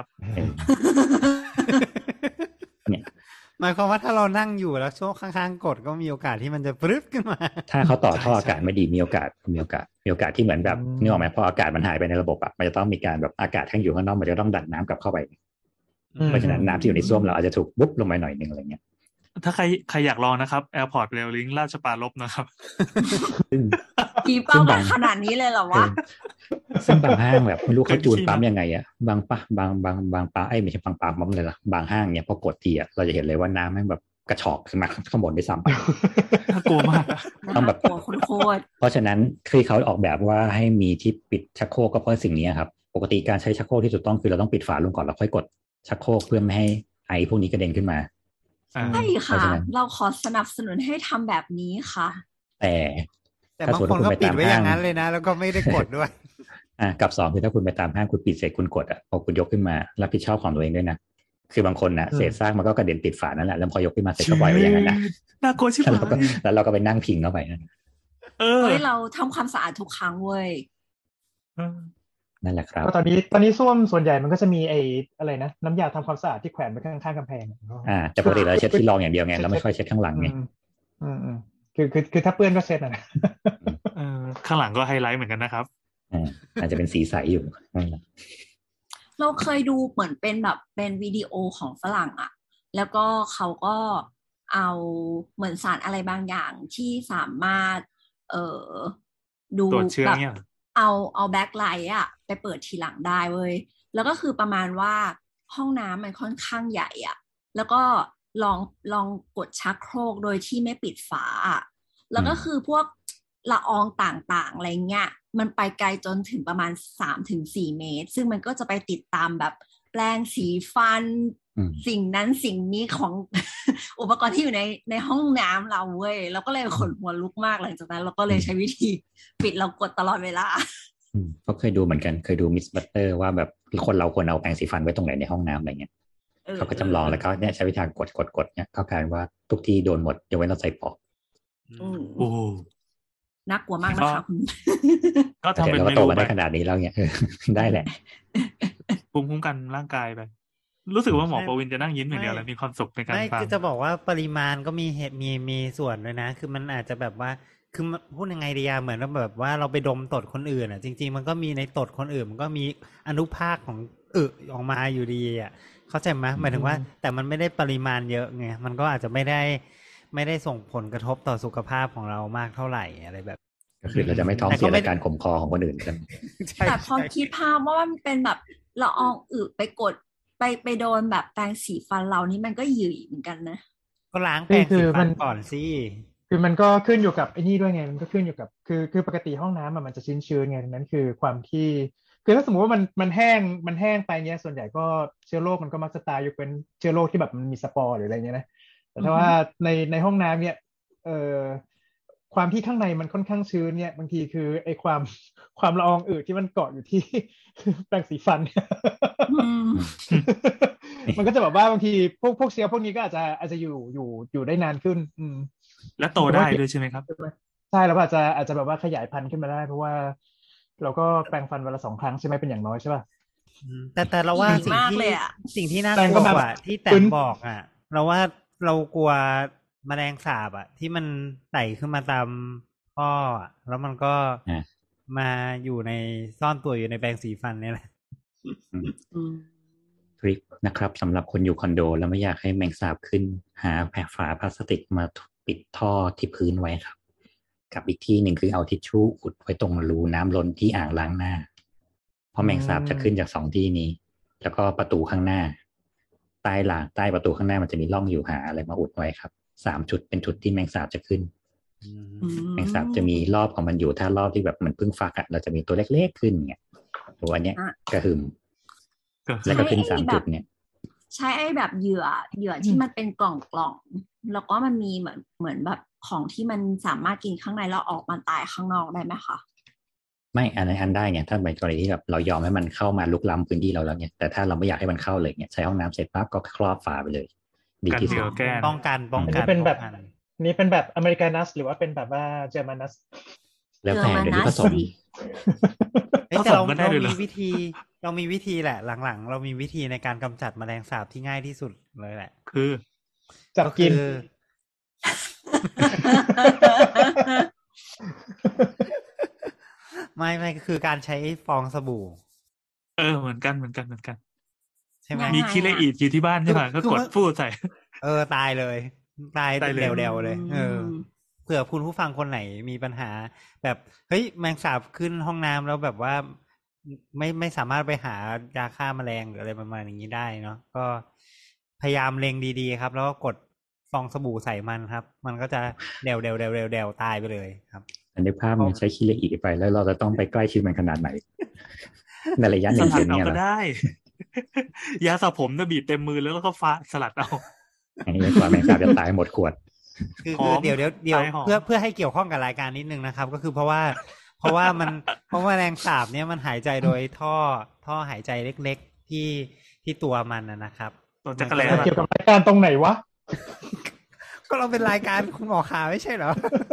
เนี่ยหมายความว่าถ้าเรานั่งอยู่แล้วช่วงข้างๆกดก็มีโอกาสที่มันจะปรึ๊ดขึ้นมาถ้าเขาต่อท่ออากาศไม่ดีมีโอกาสที่เหมือนแบบนึกออกไหมพออากาศมันหายไปในระบบอ่ะมันจะต้องมีการแบบอากาศทั้งอยู่ข้างนอกมันจะต้องดันน้ำกลับเข้าไปเพราะฉะนั้นน้ำที่อยู่ในส้วมเราอาจจะถูกบุ๊บลงไปหน่อยนึงอะไรเงี้ยถ้าใครอยากลองนะครับ Airport Rail Link ราชปรารภนะครับกี่เป้ากันขนาดนี้เลยเหรอวะซึ่งบางห้างแบบไม่รู้เขาจูนปั๊มยังไงอ่ะบางปั๊มไม่ใช่ปั๊มเลยล่ะบางห้างเนี่ยพอกดทีอ่ะเราจะเห็นเลยว่าน้ำแม่งแบบกระชอกขึ้นมาข้างบนได้ซ้ำไปน่ากลัวมากต้องแบบโคตรเพราะฉะนั้นคือเขาออกแบบว่าให้มีที่ปิดชักโครกก็เพราะสิ่งนี้ครับปกติการใช้ชักโครกที่ถูกต้องคือเราต้องปิดฝาลงก่อนแล้วค่อยกดชักโครกเพื่อไม่ให้ไอพวกนี้กระเด็นขึ้นมาใช่ค่ะเราขอสนับสนุนให้ทำแบบนี้ค่ะแต่บางคนก็ปิดไว้อย่างนั้นเลยนะแล้วก็ไม่ได้กดด้วยกับ2คือถ้าคุณไปตามห้างคุณปิดเสร็จคุณกดพอคุณยกขึ้นมารับผิดชอบของตัวเองด้วยนะคือบางคนเศษซากมันก็กระเด็นติดฝานั่นแหละแล้วพอยกขึ้นมาเสร็จก็ปล่อยไว้อย่างนั้นนะน่ากลัวชิบหายแล้วเราก็ไปนั่งพิงเข้าไปนั่นเราทำความสะอาดทุกครั้งเว้ยนั่นแหละครับตอนนี้ส้วมส่วนใหญ่มันก็จะมีอะไรนะน้ำยาทำความสะอาดที่แขวนไว้ข้างๆกำแพงแต่ปกติเราเช็ดที่รองอย่างเดียวไงเราไม่ค่อยเช็ดข้างหลังไงคือถ้าเปื้อนก็เช็ดนะข้างหลังก็ไฮไลท์เหมือนกันนะครับอาจจะเป็นสีใสอยู่เราเคยดูเหมือนเป็นวิดีโอของฝรั่งอ่ะแล้วก็เขาก็เอาเหมือนสารอะไรบางอย่างที่สามารถดูแบบเอาแบ็คไลท์อ่ะไปเปิดทีหลังได้เว้ยแล้วก็คือประมาณว่าห้องน้ำมันค่อนข้างใหญ่อ่ะแล้วก็ลองกดชักโครกโดยที่ไม่ปิดฝาแล้วก็คือพวกละอองต่างๆอะไรเงี้ยมันไปไกลจนถึงประมาณ 3-4 เมตรซึ่งมันก็จะไปติดตามแบบแปรงสีฟันสิ่งนั้นสิ่งนี้ของ อุปกรณ์ที่อยู่ในห้องน้ำเราเว้ยเราก็เลยขนหัวลุกมากหลังจากนั้นเราก็เลยใช้วิธีปิดเรากดตลอดเวลาก็เคยดูเหมือนกันเคยดูมิสบัตเตอร์ว่าแบบคนเราควรเอาแปรงสีฟันไว้ตรงไหนในห้องน้ำอะไรเงี้ยเขาก็จำลองแล้วก็เนี่ยใช้วิธีกดเนี่ยก็กลายว่าทุกที่โดนหมดยกเว้นเราใส่ปอกโอ้น่ากลัวมากนะคะคุณก็ทำเป็นเมนูไปขนาดนี้แล้วเนี่ยได้แหละภูมิคุ้มกันร่างกายไปรู้สึกว่าหมอประวินจะนั่งยิ้มอย่างเดียวไม่แล้วมีความสุขในการไม่ฟังคือจะบอกว่าปริมาณก็มีเหตุมีส่วนด้วยนะ คือมันอาจจะแบบว่าคือพูดยังไงดีอะเหมือนแบบว่าเราไปดมตดคนอื่นอะจริงๆมันก็มีในตดคนอื่นมันก็มีอนุภาคของออกมาอยู่ดีอะเข้าใจไหมหมายถึงว่า แต่มันไม่ได้ปริมาณเยอะไงมันก็อาจจะไม่ได้ส่งผลกระทบต่อสุขภาพของเรามากเท่าไหร่อะไรแบบก็คือเราจะไม่ท้องเสียจากการข่มคอของคนอื่นกันแต่พอคิดภาพว่ามันเป็นแบบละอองไปกดไปโดนแบบแปรงสีฟันเรานี่มันก็หยืดเหมือนกันนะก็ล้างแปรงสีฟันก่อนสิคือมันก็ขึ้นอยู่กับไอ้นี่ด้วยไงมันก็ขึ้นอยู่กับคือปกติห้องน้ำมันจะชื้นๆไงดังนั้นคือความที่คือถ้าสมมติว่ามันแห้งไปเนี้ยส่วนใหญ่ก็เชื้อโรคมันก็มักจะตายยกเป็นเชื้อโรคที่แบบมันมีสปอร์หรืออะไรเงี้ยนะแต่ถ้าว่าในห้องน้ำเนี่ยความที่ข้างในมันค่อนข้างชื้นเนี่ยบางทีคือไอ้ความละอองอืดที่มันเกาะอยู่ที่ แปรงสีฟัน มันก็จะแบบว่าบางทีพวกเชื้อพวกนี้ก็อาจจะอยู่ได้นานขึ้นและโตได้ด้วยใช่ไหมครับใช่แล้วอาจจะแบบว่าขยายพันธุ์ขึ้นมาได้เพราะว่าเราก็แปรงฟันวันละ2 ครั้งใช่ไหมเป็นอย่างน้อยใช่ป่ะแต่เราว่าสิ่งที่น่ากลัวกว่าที่แต่บอกอ่ะเราว่าเรากลัวแมลงสาบอ่ะที่มันไต่ขึ้นมาตามท่อแล้วมันก็มาอยู่ในซ่อนตัวอยู่ในแปรงสีฟันนี่แหละทริคนะครับสำหรับคนอยู่คอนโดแล้วไม่อยากให้แมงสาบขึ้นหาฝาพลาสติกมาปิดท่อที่พื้นไว้ครับกับอีกที่หนึ่งคือเอาทิชชู่อุดไว้ตรงรูน้ำล้นที่อ่างล้างหน้าเพราะแมงสาบจะขึ้นจาก2ที่นี้แล้วก็ประตูข้างหน้าใต้ประตูข้างหน้ามันจะมีร่องอยู่หาอะไรมาอุดไว้ครับ3 จุดเป็นจุดที่แมงสาบจะขึ้นแมงสาบจะมีรอบของมันอยู่ถ้ารอบที่แบบมันเพิ่งฟักเราจะมีตัวเล็กๆขึ้นเนี่ยตัวเนี้ยกระหึ่มแล้วก็ขึ้น3 จุดเนี่ยใช้ไอ้แบบเหยื่อที่มันเป็นกล่องแล้วก็มันมีเหมือนแบบของที่มันสามารถกินข้างในแล้วออกมาตายข้างนอกได้ไหมคะไม่อันได้ไงถ้าเป็นกรณีที่แบบเรายอมให้มันเข้ามาลุกล้ำพื้นที่เราแล้วเนี่ยแต่ถ้าเราไม่อยากให้มันเข้าเลยเนี่ยใช้ห้องน้ำเสร็จปั๊บก็ครอบฝาไปเลยดีที่สุดป้องกันนี่เป็นแบบอเมริกานัสหรือว่าเป็นแบบว่าเยอรมานัสแล้วแต่เดี๋ยวนี้ผสมแต่เรามีวิธีแหละหลังๆเรามีวิธีในการกำจัดแมลงสาบที่ง่ายที่สุดเลยแหละคือจับกินไม่คือการใช้ฟองสบู่เหมือนกันใช่ไหมมีคิเลอีดอยู่ที่บ้านใช่ไหมก็กดฟู่ใส่ตายเลยเดวเลยเผื่อคุณผู้ฟังคนไหนมีปัญหาแบบเฮ้ยแมงสาบขึ้นห้องน้ำแล้วแบบว่าไม่สามารถไปหายาฆ่าแมลงหรืออะไรประมาณอย่างนี้ได้เนาะก็พยายามเล็งดีๆครับแล้วก็กดฟองสบู่ใส่มันครับมันก็จะเดวตายไปเลยครับอันนี้ภาพมันใช้คิเลอีไปแล้วเราจะต้องไปใกล้ชิดมันขนาดไหนในระยะ1 เดือนเนี่ยก็ได้ยาสระผมน่ะบีบเต็มมือแล้วก็ฟ้าสลัดเอาอันนี้กว่าแมงสาบจะตายหมดขวดคือเดี๋ยวเพื่อให้เกี่ยวข้องกับรายการนิดนึงนะครับก็คือเพราะว่าแมลงสาบเนี่ยมันหายใจโดยท่อหายใจเล็กๆที่ตัวมันนะครับตัวจักรแลเกี่ยวกับรายการตรงไหนวะก็เราเป็นรายการคุณหมอขาไม่ใช่เหรอ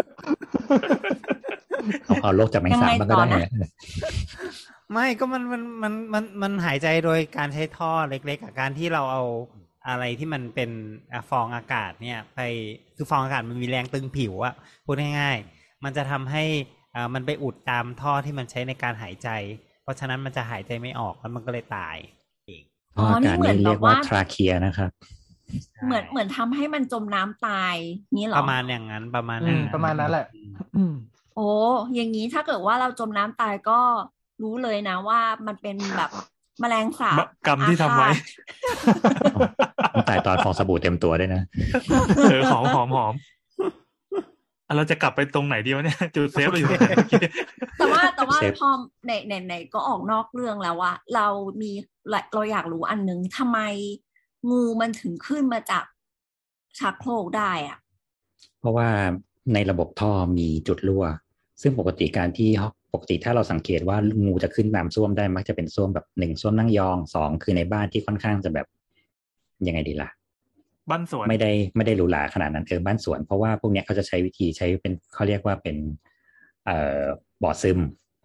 เอาโรคจากแมงสาบมันก็ได้ไม่ก็มันหายใจโดยการใช้ท่อเล็กๆการที่เราเอาอะไรที่มันเป็นฟองอากาศเนี่ยไปคือฟองอากาศมันมีแรงตึงผิวอะพูดง่ายๆมันจะทำให้มันไปอุดตามท่อที่มันใช้ในการหายใจเพราะฉะนั้นมันจะหายใจไม่ออกแล้วมันก็เลยตายเองท่ออากาศนี่เรียกว่าทราเคียนะครับเหมือนทำให้มันจมน้ำตายนี่หรอประมาณอย่างนั้นประมาณนั้นแหละโอ้อย่างนี้ถ้าเกิดว่าเราจมน้ำตายก็รู้เลยนะว่ามันเป็นแบบแมลงสาบกรรมที่ทำไว้ตายตอนฟองสบู่เต็มตัวด้วยนะหอมเราจะกลับไปตรงไหนดีวะเนี่ยจุดเซฟเราอยู่ตรงไหนแต่ว่าพอไหนก็ออกนอกเรื่องแล้วว่าเราอยากรู้อันนึงทำไมงูมันถึงขึ้นมาจากชักโครกได้อะเพราะว่าในระบบท่อมีจุดรั่วซึ่งปกติถ้าเราสังเกตว่างูจะขึ้นตามส้วมได้มักจะเป็นส้วมแบบ1ส้วมนั่งยอง2คือในบ้านที่ค่อนข้างจะแบบยังไงดีล่ะบ้านสวนไม่ได้หรูหราขนาดนั้นบ้านสวนเพราะว่าพวกเนี้ยเขาจะใช้วิธีใช้เป็นเขาเรียกว่าเป็นบ่อซึม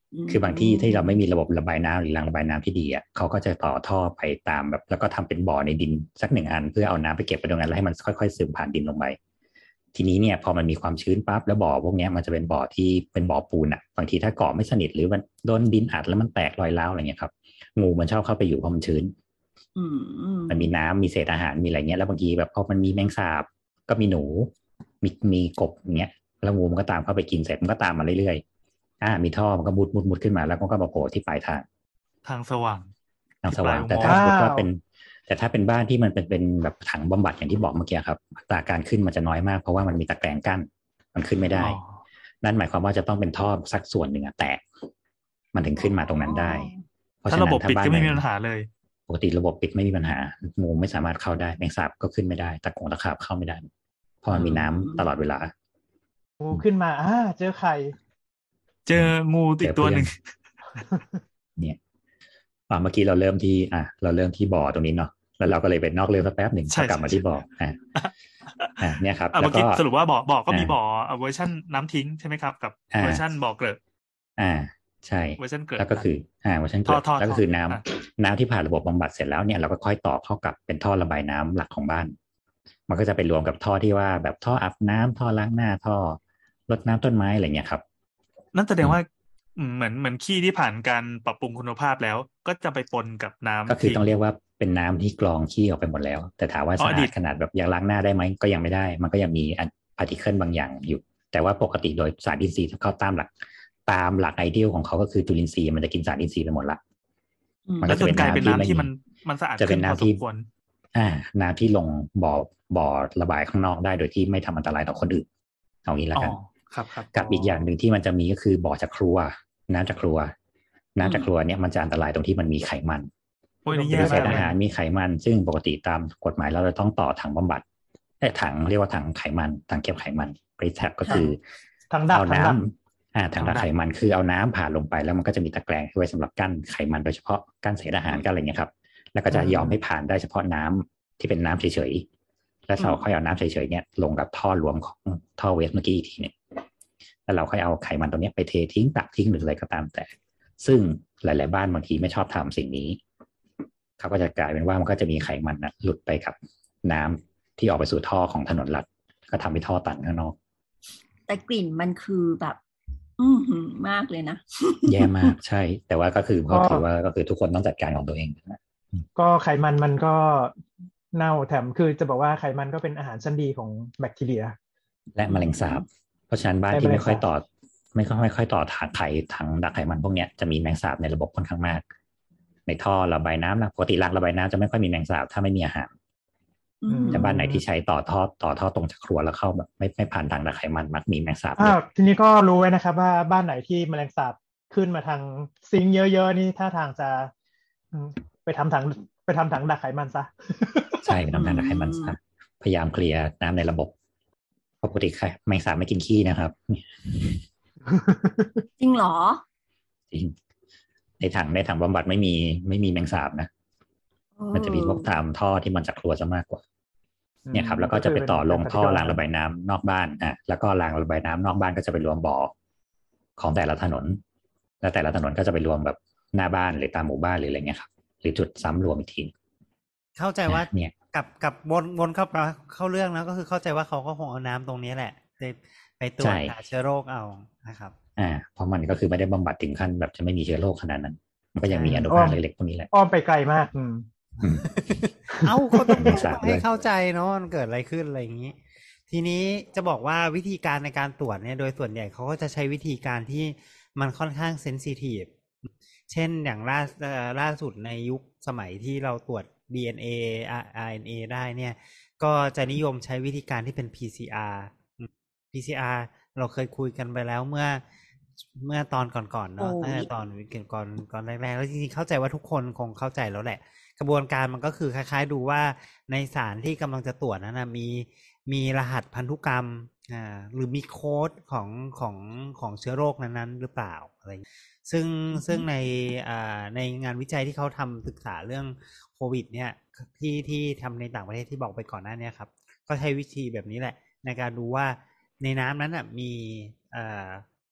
คือบางที่ที่เราไม่มีระบบระบายน้ำหรือรางระบายน้ำที่ดีอ่ะเขาก็จะต่อท่อไปตามแบบแล้วก็ทำเป็นบ่อในดินสัก1 อันเพื่อเอาน้ำไปเก็บไปตรงนั้นแล้วให้มันค่อยๆซึมผ่านดินลงไปทีนี้เนี่ยพอมันมีความชื้นปั๊บแล้วบ่อพวกนี้มันจะเป็นบ่อที่เป็นบ่อปูนอ่ะบางทีถ้าเกาะไม่สนิทหรือมันโดนดินอัดแล้วมันแตกรอยร้าวอะไรเงี้ยครับงูมันชอบเข้าไปอยู่เพราะมันชื้นมันมีน้ำมีเศษอาหารมีอะไรเงี้ยแล้วบางทีแบบพอมันมีแมงสาบก็มีหนูมีกบอย่างเงี้ยแล้วงูมันก็ตามเข้าไปกินเสร็จมันก็ตามมาเรื่อยๆมีท่อมันก็มุดขึ้นมาแล้วมันก็มาโผล่ที่ปลายทางสว่างแต่ถ้าสมมติว่าแต่ถ้าเป็นบ้านที่มันเป็นแบบถังบำบัดอย่างที่บอกเมื่อกี้ครับอัตราการขึ้นมันจะน้อยมากเพราะว่ามันมีตะแกรงกั้นมันขึ้นไม่ได้นั่นหมายความว่าจะต้องเป็นท่อสักส่วนหนึ่งแตกมันถึงขึ้นมาตรงนั้นได้เพราะฉะนั้นถ้าระบบปิดก็ไม่มีปัญหาเลยปกติระบบปิดไม่มีปัญหางูไม่สามารถเข้าได้แมงสาบก็ขึ้นไม่ได้ตะขาบเข้าไม่ได้เพราะมันมีน้ำตลอดเวลางูขึ้นมาเจอไข่เจองูอีกตัวหนึ่งเนี่ยเมื่อกี้เราเริ่มที่บ่อตรงนี้เนาะแล้วเราก็เลยเป็นนอกเรื่องสักแป๊บหนึ่งกลับมาที่บ่อเนี่ยครับแล้วก็สรุปว่าบ่อก็มีบ่อเวอร์ชันน้ำทิ้งใช่ไหมครับกับเวอร์ชันบ่อเกลือใช่เวอร์ชันเกลือแล้วก็คือเวอร์ชันเกลือแล้วก็คือน้ำที่ผ่านระบบบำบัดเสร็จแล้วเนี่ยเราก็ค่อยต่อเข้ากับเป็นท่อระบายน้ำหลักของบ้านมันก็จะไปรวมกับท่อที่ว่าแบบท่ออาบน้ำท่อล้างหน้าท่อรดน้ำต้นไม้อะไรเงี้ยครับนั่นแสดงว่าเหมือนขี้ที่ผ่านการปรับปรุงคุณภาพแล้วก็จะไปปนกับน้ำก็คือต้องเรียกว่าเป็นน้ำที่กรองขี้ออกไปหมดแล้วแต่ถามว่าสะอาดขนาดแบบยังล้างหน้าได้ไหมก็ยังไม่ได้มันก็ยังมีพาร์ติเคิลบางอย่างอยู่แต่ว่าปกติโดยสารอินทรีย์เขาตามหลักไอเดียของเขาก็คือจุลินทรีย์มันจะกินสารอินทรีย์ไปหมดละมันก็จะเป็นน้ำที่มันสะอาดจะเป็นน้ำที่น้ำที่ลงบ่อระบายข้างนอกได้โดยที่ไม่ทำอันตรายต่อคนอื่นเอางี้ละกันกับอีกอย่างหนึ่งที่มันจะมีก็คือบ่อจากครัวน้ำจากครัวเนี่ยมันจะอันตรายตรงที่มันมีไขมันมีเศษอาหารมีไขมันซึ่งปกติตามกฎหมายเราจะต้องต่อถังบำบัดถังเรียกว่าถังไขมันถังเก็บไขมันบริแทบก็คือเอาน้ำถังดักไขมันคือเอาน้ำผ่านลงไปแล้วมันก็จะมีตะแกรงไว้สำหรับกั้นไขมันโดยเฉพาะกั้นเศษอาหารกั้นอะไรเงี้ยครับแล้วก็จะยอมให้ผ่านได้เฉพาะน้ำที่เป็นน้ำเฉยๆแล้วเราค่อยเอาน้ำเฉยๆเนี่ยลงกับท่อรวมของท่อเวสเมื่อกี้อีกทีนึงแล้วเราค่อยเอาไขมันตรงนี้ไปเททิ้งตักทิ้งหรืออะไรก็ตามแต่ซึ่งหลายๆบ้านบางทีไม่ชอบทำสิ่งนี้เขาก็จะกลายเป็นว่ามันก็จะมีไขมันหลุดไปกับน้ำที่ออกไปสู่ท่อของถนนหลักก็ทำให้ท่อตันข้างนอกแต่กลิ่นมันคือแบบมากเลยนะแย่มากใช่แต่ว่าก็คือเขาถือว่าก็คือทุกคนต้องจัดการของตัวเองนะก็ไขมันก็เน่าแถมคือจะบอกว่าไขมันก็เป็นอาหารชั้นดีของแบคทีเรียและแมลงสาบเพราะฉะนั้นบ้านที่ไม่ค่อยต่อถังดักไขมันพวกนี้จะมีแมงสาบในระบบค่อนข้างมากในท่อระบายน้ำนะปกติรางระบายน้ำจะไม่ค่อยมีแมงสาบถ้าไม่มีอาหารแต่บ้านไหนที่ใช้ต่อท่อตรงจากครัวแล้วเข้าแบบไม่ผ่านทางดักไขมันมักมีแมงสาบทีนี้ก็รู้ไว้นะครับว่าบ้านไหนที่แมลงสาบขึ้นมาทางซิงค์เยอะๆนี่ท่าทางจะไปทำถังดักไขมันซะใช่ไปทำถังดักไขมันซะพยายามเคลียร์น้ำในระบบปกติแมงสาบไม่กินขี้นะครับจริงเหรอจริงในถังบำบัดไม่มีแมงสาบนะมันจะมีพวกตามท่อที่มันจากครัวจะมากกว่าเนี่ยครับแล้วก็จะไปต่อลงท่อรางระบายน้ำนอกบ้านแล้วก็รางระบายน้ำนอกบ้านก็จะไปรวมบ่อของแต่ละถนนแล้วแต่ละถนนก็จะไปรวมแบบหน้าบ้านหรือตามหมู่บ้านหรืออะไรเงี้ยครับหรือจุดซ้ำรวมอีกทีเข้าใจว่าเนี่ยกับวนเข้าเรื่องแล้วก็คือเข้าใจว่าเขาก็คงเอาน้ำตรงนี้แหละไปตรวจหาเชื้อโรคเอานะครับเพราะมันก็คือไม่ได้บำบัดถึงขั้นแบบจะไม่มีเชื้อโรคขนาดนั้นมันก็ยังมีอนุภาคเล็กๆพวกนี้แหละอ้อมไปไกลมากเขาต้องให้เข้าใจเนาะมันเกิดอะไรขึ้นอะไรอย่างนี้ทีนี้จะบอกว่าวิธีการในการตรวจเนี่ยโดยส่วนใหญ่เขาก็จะใช้วิธีการที่มันค่อนข้างเซนซิทีฟเช่นอย่างล่าสุดในยุคสมัยที่เราตรวจ DNA RNA ได้เนี่ยก็จะนิยมใช้วิธีการที่เป็น PCR เราเคยคุยกันไปแล้วเมื่อตอนก่อนๆเนาะตอนก่อนแรกๆแล้วจริงๆเข้าใจว่าทุกคนคงเข้าใจแล้วแหละกระบวนการมันก็คือคล้ายๆดูว่าในสารที่กำลังจะตรวจนั้นนะมีรหัสพันธุกรรมหรือมีโค้ดของเชื้อโรคนั้นๆหรือเปล่าอะไรซึ่งในงานวิจัยที่เขาทำศึกษาเรื่องโควิดเนี่ยที่ทำในต่างประเทศที่บอกไปก่อนหน้านี้ครับก็ใช้วิธีแบบนี้แหละในการดูว่าในน้ำนั้นมี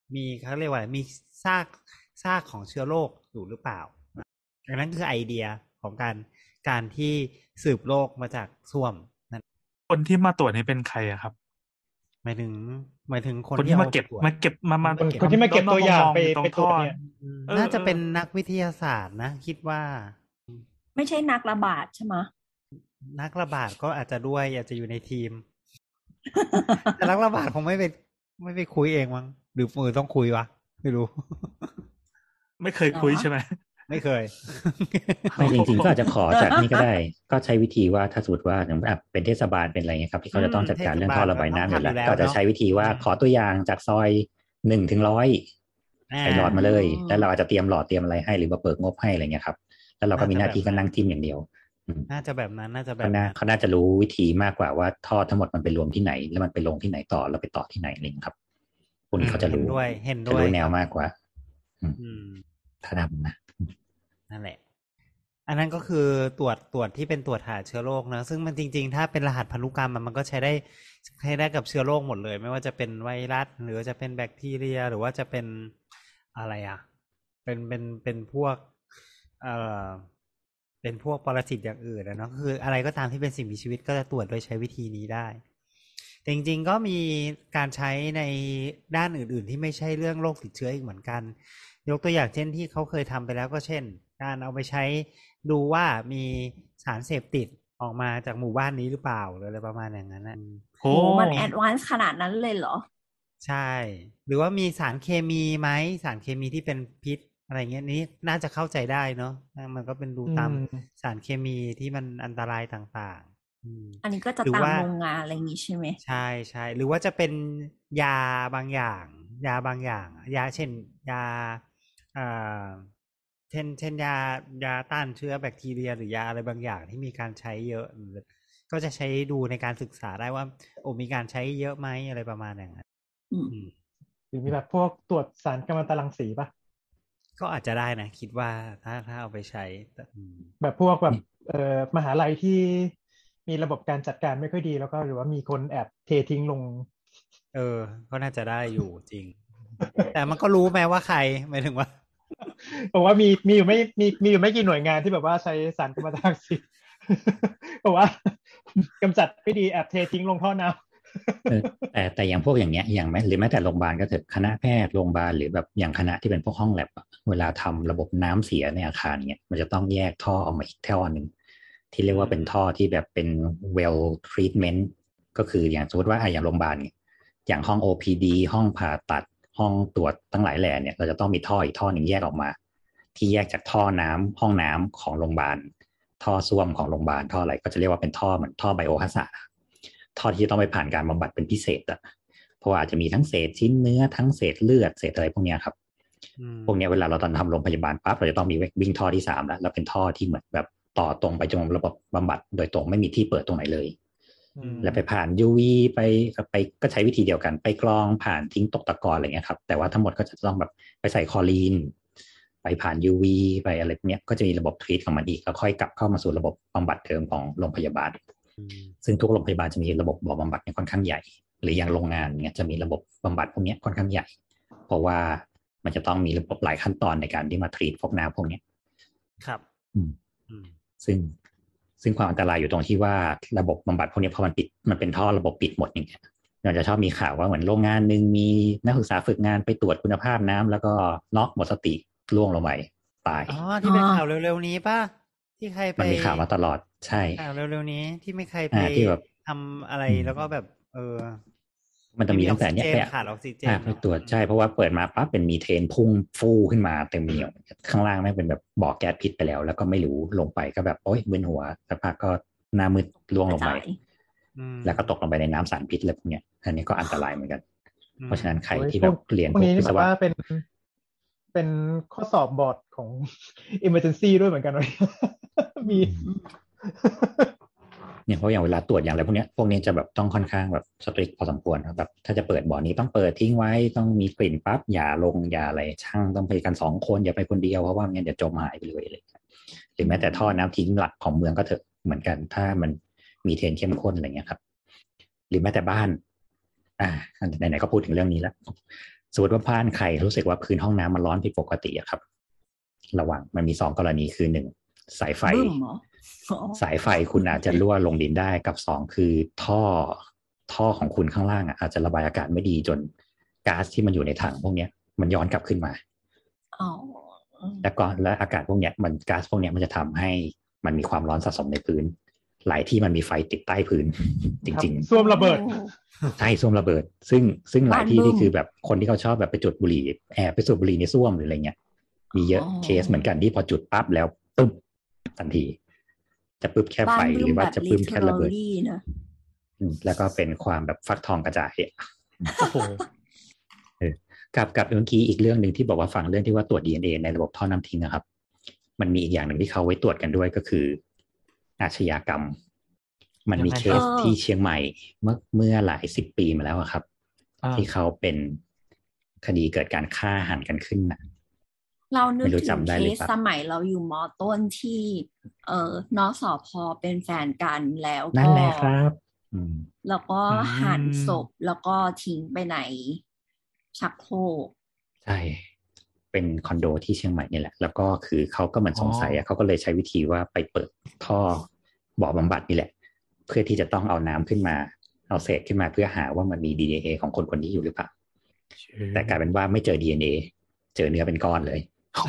มีเขาเรียกว่ามีซากของเชื้อโรคอยู่หรือเปล่าอันนั้นคือไอเดียของการที่สืบโรคมาจากส้วมนั่นคนที่มาตรวจนี่เป็นใครอะครับหมายถึงคนคนที่ที่เอามาเก็บตรวจคนที่มาเก็บตัวอย่างไปตรงไปตรท่วอจเนี่ยน่าจะเป็นนักวิทยาศาสตร์นะคิดว่าไม่ใช่นักระบาดใช่ไหมนักระบาดก็อาจจะด้วยอาจจะอยู่ในทีม แต่นักระบาดคงไม่ไปคุยเองมั้งหรือมือต้องคุยวะไม่รู้ไม่เคยคุยใช่ไหมไม่เคยไม่จริงๆก็อาจจะขอจากนี่ก็ได้ ก็ใช้วิธีว่าถ้าสมมติว่าอย่างแบบเป็นเทศบาลเป็นอะไรเงี้ยครับที่เขาจะต้องจัดการเรื่องท่อระบายน้ำอยู่แล้วก็จะใช้วิธีว่าขอตัวอย่างจากซอย1-100ใส่หลอดมาเลยแล้วเราอาจจะเตรียมหลอดเตรียมอะไรให้หรือว่าเปิดงบให้อะไรเงี้ยครับแล้วเราก็มีหน้าที่ก็นั่งจิ้มอย่างเดียวน่าจะแบบนั้นเขาน่าจะรู้วิธีมากกว่าว่าท่อทั้งหมดมันไปรวมที่ไหนแล้วมันไปลงที่ไหนต่อแล้วไปต่อที่ไหนอะไรเงี้ยครับพวกนี้เขาจะรู้เห็นจะด้วยรู้แนวมากกว่าถ้าดำนะนั่นแหละอันนั้นก็คือตรวจที่เป็นตรวจหาเชื้อโรคนะซึ่งมันจริงๆถ้าเป็นรหัสพันธุกรรมมันก็ใช้ได้กับเชื้อโรคหมดเลยไม่ว่าจะเป็นไวรัสหรือจะเป็นแบคทีเรียหรือว่าจะเป็นอะไรเป็นพวกเป็นพวกปรสิตอย่างอื่นนะเนาะคืออะไรก็ตามที่เป็นสิ่งมีชีวิตก็จะตรวจโดยใช้วิธีนี้ได้แต่จริงๆก็มีการใช้ในด้านอื่นๆที่ไม่ใช่เรื่องโรคติดเชื้ออีกเหมือนกันยกตัวอย่างเช่นที่เขาเคยทำไปแล้วก็เช่นการเอาไปใช้ดูว่ามีสารเสพติดออกมาจากหมู่บ้านนี้หรือเปล่าหรืออะไรประมาณอย่างนั้นนะโอ้มันแอดวานซ์ขนาดนั้นเลยเหรอใช่หรือว่ามีสารเคมีไหมสารเคมีที่เป็นพิษอะไรเงี้ยนี้น่าจะเข้าใจได้เนาะมันก็เป็นดูตามสารเคมีที่มันอันตรายต่างๆอันนี้ก็จะตามโรงงานอะไรอย่างนี้ใช่ไหมใช่หรือว่าจะเป็นยาบางอย่างยาเช่นยาเช่นยาต้านเชื้อแบคทีเรียหรือยาอะไรบางอย่างที่มีการใช้เยอะก็จะใช้ดูในการศึกษาได้ว่ามีการใช้เยอะไหมอะไรประมาณอย่างนั้นหรือมีแบบพวกตรวจสารกัมมันตรังสีป่ะก็อาจจะได้นะคิดว่าถ้าเอาไปใช้แบบพวกแบบมหาลัยที่มีระบบการจัดการไม่ค่อยดีแล้วก็หรือว่ามีคนแอบเททิ้งลงก็น่าจะได้อยู่จริง แต่มันก็รู้ไหมว่าใครหมายถึงว่าบอกว่ามีอยู่ไม่กี่หน่วยงานที่แบบว่าใช้สารกัมมันตรังสีบอกว่ากำจัดไม่ดีแอบเททิ้งลงท่อน้ำแต่อย่างพวกอย่างเงี้ยอย่างหรือแม้แต่โรงพยาบาลก็เถอะคณะแพทย์โรงพยาบาลหรือแบบอย่างคณะที่เป็นพวกห้องแลบเวลาทำระบบน้ำเสียในอาคารเงี้ยมันจะต้องแยกท่อออกมาอีกท่อหนึ่งที่เรียกว่าเป็นท่อที่แบบเป็น well treatment ก็คืออย่างสมมติว่าอย่างโรงพยาบาลอย่างห้อง OPD ห้องผ่าตัดห้องตรวจตั้งหลายแหล่เนี่ยเราจะต้องมีท่ออีกท่อหนึ่งแยกออกมาที่แยกจากท่อน้ำห้องน้ำของโรงพยาบาลท่อส้วมของโรงพยาบาลท่ออะไรก็จะเรียกว่าเป็นท่อเหมือนท่อไบโอฮัสซาท่อที่จะต้องไปผ่านการบำบัดเป็นพิเศษอ่ะเพราะว่าอาจจะมีทั้งเศษชิ้นเนื้อทั้งเศษเลือดเศษอะไรพวกนี้ครับพวกนี้เวลาเราตอนทำโรงพยาบาลปั๊บเราจะต้องมีวิ่งท่อที่3แล้วเป็นท่อที่เหมือนแบบต่อตรงไปจนระบบบำบัดโดยตรงไม่มีที่เปิดตรงไหนเลยแล้วไปผ่าน UV ไปก็ใช้วิธีเดียวกันไปกรองผ่านทิ้งตกตะกอนอะไรเงี้ยครับแต่ว่าทั้งหมดก็จะต้องแบบไปใส่คลอรีนไปผ่าน UV ไปอะไรเนี้ยก็จะมีระบบทรีตของมันอีกแล้วค่อยกลับเข้ามาสู่ระบบบำบัดเดิมของโรงพยาบาลซึ่งทุกโรงพยาบาลจะมีระบบบ่อบำบัดค่อนข้างใหญ่หรืออย่างโรงงานเนี่ยจะมีระบบบำบัดพวกนี้ค่อนข้างใหญ่เพราะว่ามันจะต้องมีระบบหลายขั้นตอนในการที่มาทรีตพวกน้ำพวกนี้ครับซึ่งความอันตรายอยู่ตรงที่ว่าระบบบำบัดพวกนี้พอมันปิดมันเป็นท่อระบบปิดหมดอย่างเงี้ยเราจะชอบมีข่าวว่าเหมือนโรงงานนึงมีนักศึกษาฝึกงานไปตรวจคุณภาพน้ำแล้วก็น็อกหมดสติล่วงลงไปตายที่เป็นข่าวเร็วๆนี้ป่ะที่ใครไปมันมีข่าวมาตลอดใช่ข่าวเร็วๆนี้ที่ไม่ใครไปทำอะไรแล้วก็แบบมันจะมีตั้งแต่เนี้ยขาดออกซิเจนไปตรวจใช่เพราะว่าเปิดมาปั๊บเป็นมีเทนพุ่งฟู่ขึ้นมาเต็มเหนียวข้างล่างไม่เป็นแบบบ่อแก๊สพิษไปแล้วก็ไม่รู้ลงไปก็แบบโอ๊ยมึนหัวสักพักก็หน้ามืดล่วงลงไปแล้วก็ตกลงไปในน้ำสารพิษอะไรพวกเนี้ยอันนี้ก็อันตรายเหมือนกันเพราะฉะนั้นใครที่แบบเรียนพวกวิศวะเป็นข้อสอบบอร์ดของ emergency ด้วยเหมือนกันเลยมีเนี่ยเพราะอย่างเวลาตรวจอย่างไรพวกนี้จะแบบต้องค่อนข้างแบบสตริกพอสมควรแบบถ้าจะเปิดบ่อนี้ต้องเปิดทิ้งไว้ต้องมีกลิ่นปั๊บอย่าลงอย่าอะไรช่างต้องไปกัน2 คนอย่าไปคนเดียวเพราะว่างั้นเดี๋ยวจมหายไปเลยอะไรหรือแม้แต่ท่อน้ำทิ้งหลักของเมืองก็เถอะเหมือนกันถ้ามันมีเทรนเข้มข้นอะไรเงี้ยครับหรือแม้แต่บ้านไหนๆก็พูดถึงเรื่องนี้แล้วสมมติว่าบ้านใครรู้สึกว่าพื้นห้องน้ำมันร้อนผิดปกติอะครับระวังมันมี2 กรณีคือ1สายไฟบึ้มเหรออ๋อสายไฟคุณอาจจะรั่วลงดินได้กับ2คือท่อของคุณข้างล่างอาจจะระบายอากาศไม่ดีจนก๊าซที่มันอยู่ในถังพวกนี้มันย้อนกลับขึ้นมาอ๋อและอากาศพวกนี้ก๊าซพวกนี้มันจะทำให้มันมีความร้อนสะสมในพื้นหลายที่มันมีไฟติดใต้พื้นจริงๆส้วมระเบิดใช่ส้วมระเบิดซึ่งหลายที่นี่คือแบบคนที่เขาชอบแบบไปจุดบุหรี่แอบไปสูบบุหรี่ในส้วมหรืออะไรเงี้ยมีเยอะเคสเหมือนกันที่พอจุดปั๊บแล้วปึ๊บทันทีจะปึ๊บแค่ไฟหรือว่าจะปึ๊บแค่ระเบิดแล้วก็เป็นความแบบฟักทองกระจายโอ้โหกับเมื่อกี้อีกเรื่องหนึ่งที่บอกว่าฟังเรื่องที่ว่าตรวจ DNA ในระบบท่อน้ำทิ้งนะครับมันมีอีกอย่างหนึ่งที่เขาไว้ตรวจกันด้วยก็คืออาชญากรรมมันมีเคสที่เชียงใหม่เมื่อหลาย10 ปีมาแล้วครับที่เขาเป็นคดีเกิดการฆ่าหันกันขึ้นนะเรานึกถึงเคสสมัยเราอยู่ม.ต้นที่นสพ.เป็นแฟนกันแล้วก็นั่นแหละครับแล้วก็หั่นศพแล้วก็ทิ้งไปในชักโครกใช่เป็นคอนโดที่เชียงใหม่นี่แหละแล้วก็คือเขาก็เหมือนสงสัยเขาก็เลยใช้วิธีว่าไปเปิดท่อบ่อบำบัดนี่แหละเพื่อที่จะต้องเอาน้ำขึ้นมาเอาเศษขึ้นมาเพื่อหาว่ามันมี DNA ของคนคนนี้อยู่หรือเปล่าแต่กลายเป็นว่าไม่เจอ DNA เจอเนื้อเป็นก้อนเลย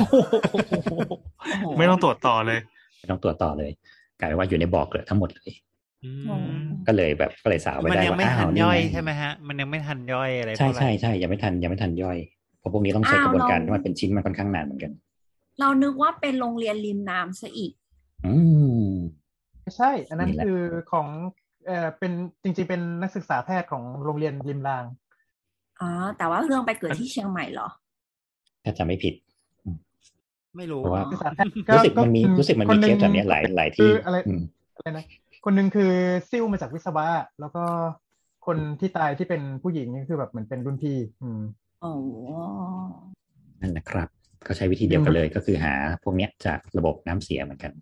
ไม่ต้องตรวจต่อเลยไม่ต้องตรวจต่อเลยกลายเป็นว่าอยู่ในบ่อเกลือทั้งหมดเลยก็เลยสาวไปได้ว่ามันยังไม่ทันย่อยใช่ไหมฮะมันยังไม่ทันย่อยอะไรใช่ยังไม่ทันย่อยเพราะพวกนี้ต้องใช้กระบวนการที่มันเป็นชิ้นมันค่อนข้างนานเหมือนกันเรานึกว่าเป็นโรงเรียนริมน้ำซะอีกไม่ใช่อันนั้นคือของเป็นจริงๆเป็นนักศึกษาแพทย์ของโรงเรียนริมรางแต่ว่าเรื่องไปเกิดที่เชียงใหม่เหรอถ้าจำไม่ผิดไม่รู้เพราะว่ารู้สึกมันมีเคสแบบนี้หลายที่อะไรนะคนนึงคือซิ่วมาจากวิศวะแล้วก็คนที่ตายที่เป็นผู้หญิงนี่คือแบบเหมือนเป็นรุ่นพี่อ๋อนั่นแหละครับเขาใช้วิธีเดียวกันเลยก็คือหาพวกเนี้ยจากระบบน้ำเสียเหมือนกัน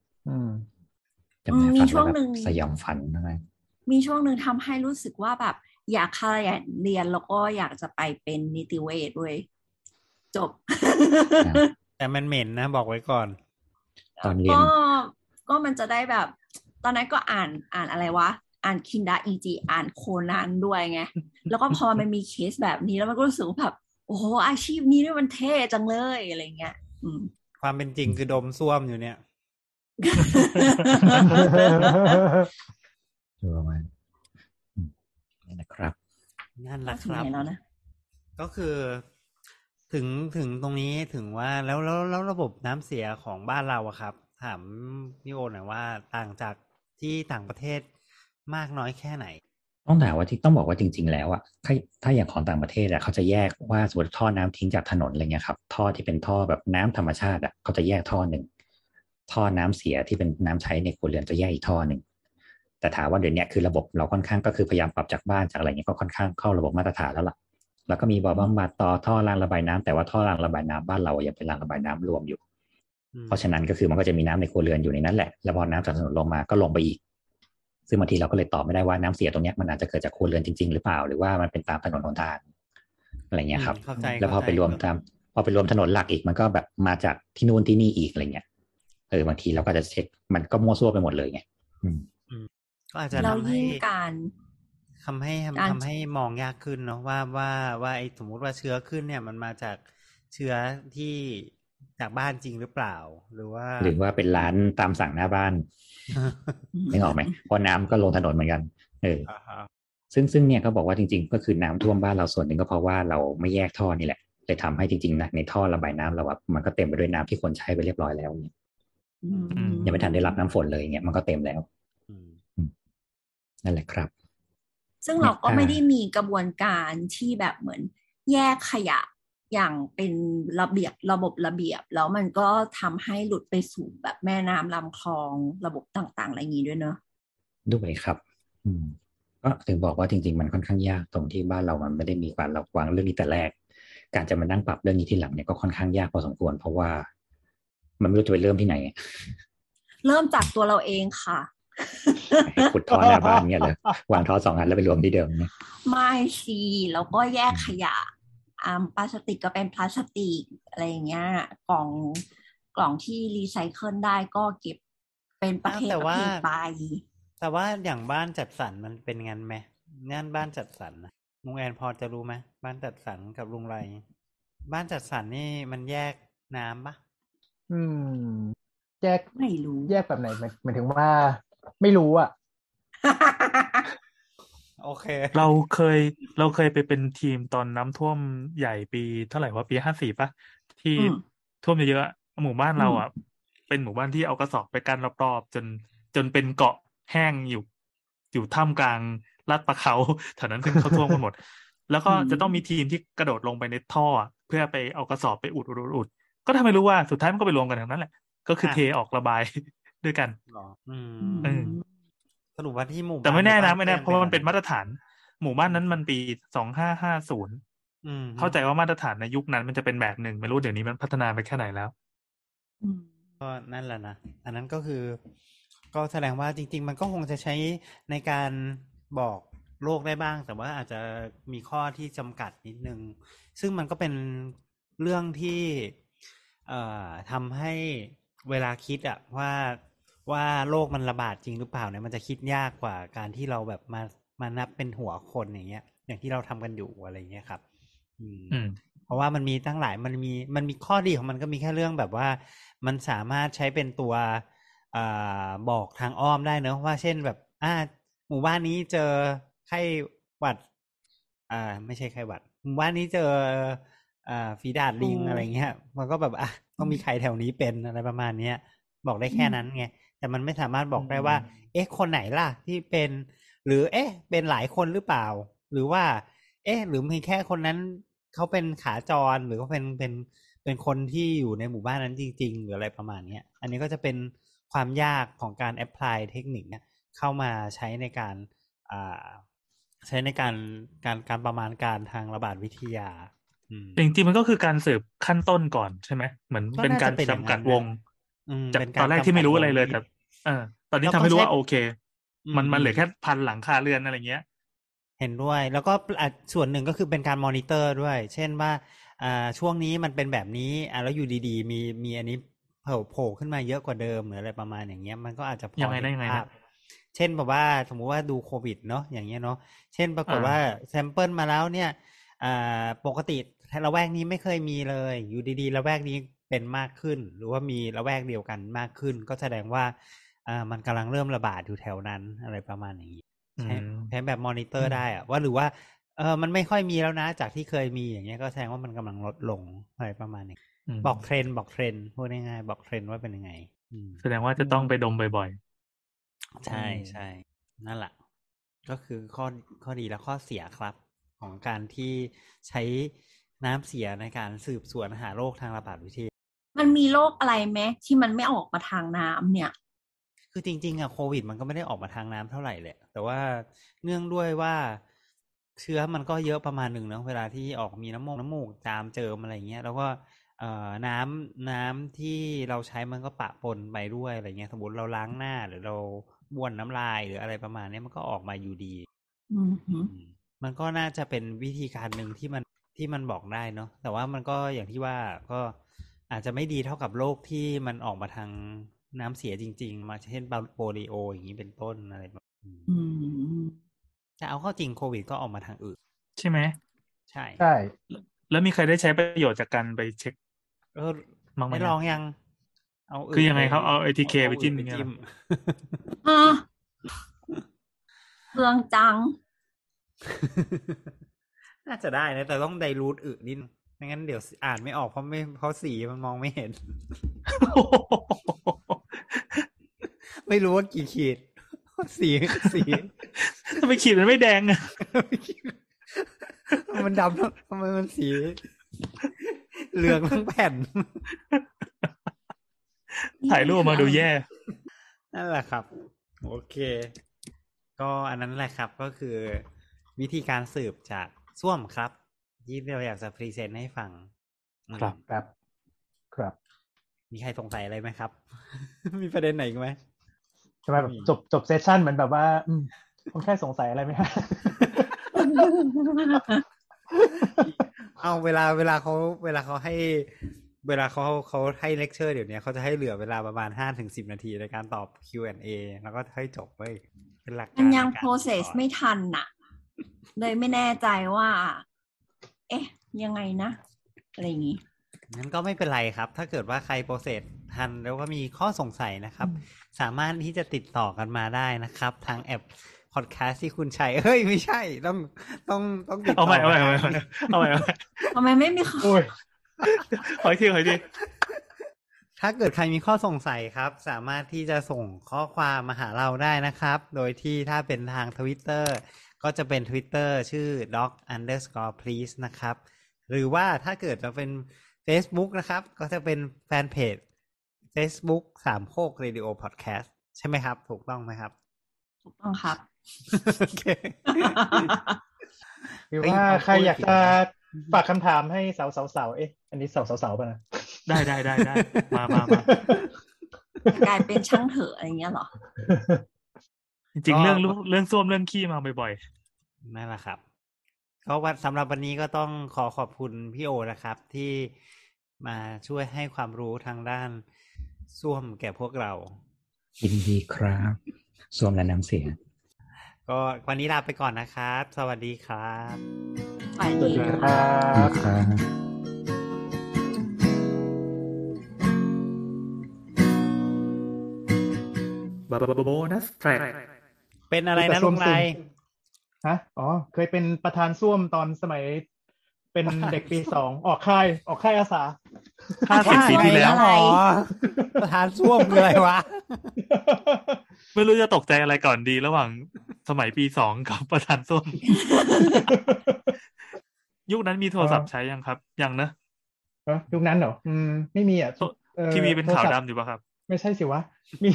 มีช่วงหนึ่งสยองฝันอะไรมีช่วงหนึ่งทำให้รู้สึกว่าแบบอยากขยันเรียนแล้วก็อยากจะไปเป็นนิติเวชด้วยจบแต่มันเหม็นนะบอกไว้ก่อนตอนเรียนก็มันจะได้แบบตอนนั้นก็อ่านอะไรวะอ่านคินดาอีจีอ่านโคนันด้วยไงแล้วก็พอมันมีเคสแบบนี้แล้วมันก็รู้สึกว่าแบบโอ้โหอาชีพนี้นี่มันเท่จังเลยอะไรเงี้ยความเป็นจริงคือดมส้วมอยู่เนี่ยประมาณนั่นแหละครับแล้วนะก็คือถึงตรงนี้ถึงว่าแล้วระบบน้ำเสียของบ้านเราอะครับถามพี่โอหน่อยว่าต่างจากที่ต่างประเทศมากน้อยแค่ไหนต้องถามว่าต้องบอกว่าจริงๆแล้วอะถ้าอย่างของต่างประเทศอะเขาจะแยกว่าสมมติท่อน้ำทิ้งจากถนนอะไรเงี้ยครับท่อที่เป็นท่อแบบน้ำธรรมชาติอะเขาจะแยกท่อหนึ่งท่อน้ำเสียที่เป็นน้ำใช้ในครัวเรือนจะแยกอีกท่อหนึ่งแต่ถามว่าเดี๋ยวนี้คือระบบเราค่อนข้างก็คือพยายามปรับจากบ้านจากอะไรเงี้ยก็ค่อนข้างเข้าระบบมาตรฐานแล้วล่ะแล้วก็มีบ่อบำบัดต่อท่อรางระบายน้ำแต่ว่าท่อรางระบายน้ำบ้านเรายังเป็นรางระบายน้ำรวมอยู่เพราะฉะนั้นก็คือมันก็จะมีน้ำในครัวเรือนอยู่ในนั้นแหละแล้วพอน้ำจากถนนลงมาก็ลงไปอีกซึ่งบางทีเราก็เลยตอบไม่ได้ว่าน้ำเสียตรงนี้มันอาจจะเกิดจากครัวเรือนจริงๆหรือเปล่าหรือว่ามันเป็นตามถนนหนทางอะไรเงี้ยครับแล้วพอไปรวมถนนหลักอีกมันก็แบบมาจากที่นู่นที่นี่อีกอะไรเงี้ยบางทีเราก็จะเช็คมันก็มั่วซั่วไปหมดเลยไงก็อาจจะทำให้มองยากขึ้นเนาะว่าไอ้สมมุติว่าเชื้อขึ้นเนี่ยมันมาจากเชื้อที่จากบ้านจริงหรือเปล่าหรือว่าเป็นร้านตามสั่งหน้าบ้านไม่ออกไหมเพราะน้ำก็ลงถนนเหมือนกันซึ่งเนี่ยก็บอกว่าจริงๆก็คือน้ำท่วมบ้านเราส่วนหนึ่งก็เพราะว่าเราไม่แยกท่อนี่แหละเลยทำให้จริงๆนะในท่อระบายน้ำเราอะมันก็เต็มไปด้วยน้ำที่คนใช้ไปเรียบร้อยแล้วเนี่ยยังไม่ทันได้รับน้ำฝนเลยเนี่ยมันก็เต็มแล้วนั่นแหละครับซึ่งเราก็ไม่ได้มีกระบวนการที่แบบเหมือนแยกขยะอย่างเป็นระเบียบแล้วมันก็ทำให้หลุดไปสู่แบบแม่น้ำลำคลองระบบต่างๆอะไรอย่างนี้ด้วยเนอะด้วยครับก็ถึงบอกว่าจริงๆมันค่อนข้างยากตรงที่บ้านเรามันไม่ได้มีการวางเรื่องนี้แต่แรกการจะมานั่งปรับเรื่องนี้ทีหลังเนี่ยก็ค่อนข้างยากพอสมควรเพราะว่ามันไม่รู้จะไปเริ่มที่ไหนเริ่มจากตัวเราเองค่ะขุดท่อหน้าบ้านเนี่ยเลยวางท่อ2 อันแล้วไปรวมที่เดิมเนี่ยไม่สิแล้วก็แยกขยะพลาสติกก็เป็นพลาสติกอะไรอย่างเงี้ยกล่องที่รีไซเคิลได้ก็เก็บเป็นประเภทไปแต่ว่าอย่างบ้านจัดสรรมันเป็นงั้นไหมนั่นบ้านจัดสรรนะลุงแอนพอจะรู้ไหมบ้านจัดสรรกับลุงไรบ้านจัดสรรนี่มันแยกน้ำปะแยกไม่รู้แยกแบบไหนหมายถึงว่าไม่รู้อ่ะโอเคเราเคยไปเป็นทีมตอนน้ำท่วมใหญ่ปีเท่าไหร่วะปี54ป่ะที่ท่วมเยอะๆหมู่บ้านเราอ่ะเป็นหมู่บ้านที่เอากระสอบไปกั้นรอบๆจนเป็นเกาะแห้งอยู่ท่ามกลางลาดปะเขาแถวนั้นซึ่งเขาท่วมกันหมด แล้วก็จะต้องมีทีมที่กระโดดลงไปในท่อเพื่อไปเอากระสอบไปอุดก็ทำให้รู้ว่าสุดท้ายมันก็ไปรวมกันตรงนั้นแหละก็คือเทออกระบายด้วยกันสรุปว่าที่หมู่แต่ไม่แน่นะไม่แน่เพราะมันเป็นมาตรฐานหมู่บ้านนั้นมันปี2550เข้าใจว่ามาตรฐานในยุคนั้นมันจะเป็นแบบหนึ่งไม่รู้เดี๋ยวนี้มันพัฒนาไปแค่ไหนแล้วก็นั่นแหละนะอันนั้นก็คือก็แสดงว่าจริงๆมันก็คงจะใช้ในการบอกโลกได้บ้างแต่ว่าอาจจะมีข้อที่จำกัดนิดนึงซึ่งมันก็เป็นเรื่องที่ทำให้เวลาคิดอะว่าโรคมันระบาดจริงหรือเปล่าเนี่ยมันจะคิดยากกว่าการที่เราแบบมานับเป็นหัวคนอย่างเงี้ยอย่างที่เราทำกันอยู่อะไรเงี้ยครับเพราะว่ามันมีตั้งหลายมันมีข้อดีของมันก็มีแค่เรื่องแบบว่ามันสามารถใช้เป็นตัวบอกทางอ้อมได้เนอะว่าเช่นแบบหมู่บ้านนี้เจอไข้หวัดไม่ใช่ไข้หวัดหมู่บ้านนี้เจอฝีดาษลิงอะไรเงี้ยมันก็แบบต้องมีใครแถวนี้เป็นอะไรประมาณเนี้ยบอกได้แค่นั้นไงแต่มันไม่สามารถบอกได้ว่าคนไหนล่ะที่เป็นหรือเป็นหลายคนหรือเปล่าหรือว่าหรือมีแค่คนนั้นเขาเป็นขาจรหรือเขาเป็นคนที่อยู่ในหมู่บ้านนั้นจริงๆหรืออะไรประมาณนี้อันนี้ก็จะเป็นความยากของการแอพพลายเทคนิคเนี่ยเข้ามาใช้ในการการประมาณการทางระบาดวิทยาจริงๆมันก็คือการสืบขั้นต้นก่อนใช่ไหมเหมือนเป็นการจำกัดวงจากตอนแรกที่ไม่รู้อะไรเลยแต่ตอนนี้ทำให้รู้ว่าโอเคมันเหลือแค่1,000 หลังคาเรือนอะไรเงี้ยเห็นด้วยแล้วก็ส่วนหนึ่งก็คือเป็นการมอนิเตอร์ด้วยเช่นว่าช่วงนี้มันเป็นแบบนี้แล้วอยู่ดีๆมีอันนี้โผล่ขึ้นมาเยอะกว่าเดิมหรืออะไรประมาณอย่างเงี้ยมันก็อาจจะพอเห็นภาพเช่นแบบว่าสมมุติว่าดูโควิดเนาะอย่างเงี้ยเนาะเช่นปรากฏว่าแซมเปิลมาแล้วเนี่ยปกติละแวกนี้ไม่เคยมีเลยอยู่ดีๆละแวกนี้เป็นมากขึ้นหรือว่ามีละแวกเดียวกันมากขึ้นก็แสดงว่ามันกำลังเริ่มระบาดอยู่แถวนั้นอะไรประมาณนี้ใช้แบบมอนิเตอร์ได้ว่าหรือว่ามันไม่ค่อยมีแล้วนะจากที่เคยมีอย่างเงี้ยก็แสดงว่ามันกำลังลดลงอะไรประมาณนี้บอกเทรนด์พูดง่ายๆบอกเทรนด์ว่าเป็นยังไงแสดงว่าจะต้องไปดมบ่อยๆใช่นั่นแหละก็คือข้อดีและข้อเสียครับของการที่ใช้น้ำเสียในการสืบสวนหาโรคทางระบาดวิทยามันมีโรคอะไรไหมที่มันไม่ออกมาทางน้ำเนี่ยคือจริงๆโควิดมันก็ไม่ได้ออกมาทางน้ำเท่าไหร่แหละแต่ว่าเนื่องด้วยว่าเชื้อมันก็เยอะประมาณหนึ่งเนาะเวลาที่ออกมีน้ำมูกจามเจิมอะไรเงี้ยแล้วก็น้ำที่เราใช้มันก็ปะปนไปด้วยอะไรเงี้ยสมมติเราล้างหน้าหรือเราบ้วนน้ำลายหรืออะไรประมาณนี้มันก็ออกมาอยู่ดีมันก็น่าจะเป็นวิธีการหนึ่งที่มันบอกได้เนาะแต่ว่ามันก็อย่างที่ว่าก็อาจจะไม่ดีเท่ากับโรคที่มันออกมาทางน้ำเสียจริงๆมาเช่นโปลิโออย่างนี้เป็นต้นอะไรแบบจะเอาเข้าจริงโควิดก็ออกมาทางอื่นใช่ไหมใช่แล้วมีใครได้ใช้ประโยชน์จากการไปเช็คไม่ลองยังเอาคือยังไงครับเอา ATK ไปจิ้มอย่างเงี้ยเรื่องจังน่าจะได้นะแต่ต้องไดรูทนิดไม่งั้นเดี๋ยวอ่านไม่ออกเพราะสีมันมองไม่เห็น ไม่รู้ว่ากี่ขีดสีทำไมขีดมันไม่แดงอ่ะมันดำทำไมมันสีเหลืองทั้งแผ่นถ่ายรูปมาดูแย่นั่นแหละครับโอเคก็อันนั้นแหละครับก็คือวิธีการสืบจากส้วมครับที่เราอยากจะพรีเซนต์ให้ฟังครับมีใครสงสัยอะไรไหมครับ มีประเด็นไหนไหมทำไมแบบจบเซสชั่นเหมือนแบบว่าคนแค่สงสัยอะไรไหมฮะเอาเวลาเขาให้เวลาเขาให้เลคเชอร์เดี๋ยวนี้เขาจะให้เหลือเวลาประมาณ5-10 นาทีในการตอบ Q&A แล้วก็ให้จบเว้ยเป็นหลักการมันยังในการ process สอนไม่ทันน่ะ เลยไม่แน่ใจว่า เอ๊ะ ยังไงนะ อะไรอย่างงี้งั้นก็ไม่เป็นไรครับ ถ้าเกิดว่าใครโปรเซสทันแล้วก็มีข้อสงสัยนะครับ สามารถที่จะติดต่อกันมาได้นะครับ ทางแอปพอดแคสต์ที่คุณใช้เฮ้ยไม่ใช่ต้องติดต่อเอาใหม่ทำไมไม่มีข้อโอ้ยขออีกทีถ้าเกิดใครมีข้อสงสัยครับ สามารถที่จะส่งข้อความมาหาเราได้นะครับ โดยที่ถ้าเป็นทาง Twitter ก็จะเป็น Twitter ชื่อ doc_please นะครับ หรือว่าถ้าเกิดเราเป็น Facebook นะครับ ก็จะเป็นแฟนเพจ Facebook สามโคก Radio Podcast ใช่ไหมครับ ถูกต้องไหมครับถูกต้องครับโอเคหรือว่าใครอยากจะฝากคำถามให้สาวๆเอ๊ะอันนี้สาวๆป่ะนะได้มากลายเป็นช่างเถอะอะไรเงี้ยเหรอจริงๆเรื่องส้วมเรื่องขี้มาบ่อยนั่นแหละครับก็สำหรับวันนี้ก็ต้องขอบคุณพี่โอนะครับ ที่มาช่วยให้ความรู้ทางด้านส้วมแก่พวกเรายินดีครับส้วมและน้ำเสียก็วันนี้ลาไปก่อนนะครับ สวัสดีครับสวัสดีคค่ะรับครับๆโบนัสแทร็กเป็นอะไรนะลุงไรฮะอ๋อเคยเป็นประธานส้วมตอนสมัยเป็นเด็กปี 2ออกค่ายอาสา 50 ปีที่แล้วหรอประธานส้วมคืออะไรวะไม่รู้จะตกใจอะไรก่อนดีระหว่างสมัยปี 2กับประธานส้วม ยุคนั้นมีโทรศัพท์ใช้ยังครับยังนะยุคนั้นเหรอไม่มีอ่ะทีวีเป็นขาวโทรศัพท์ดำอยู่ป่ะครับไม่ใช่สิวะมี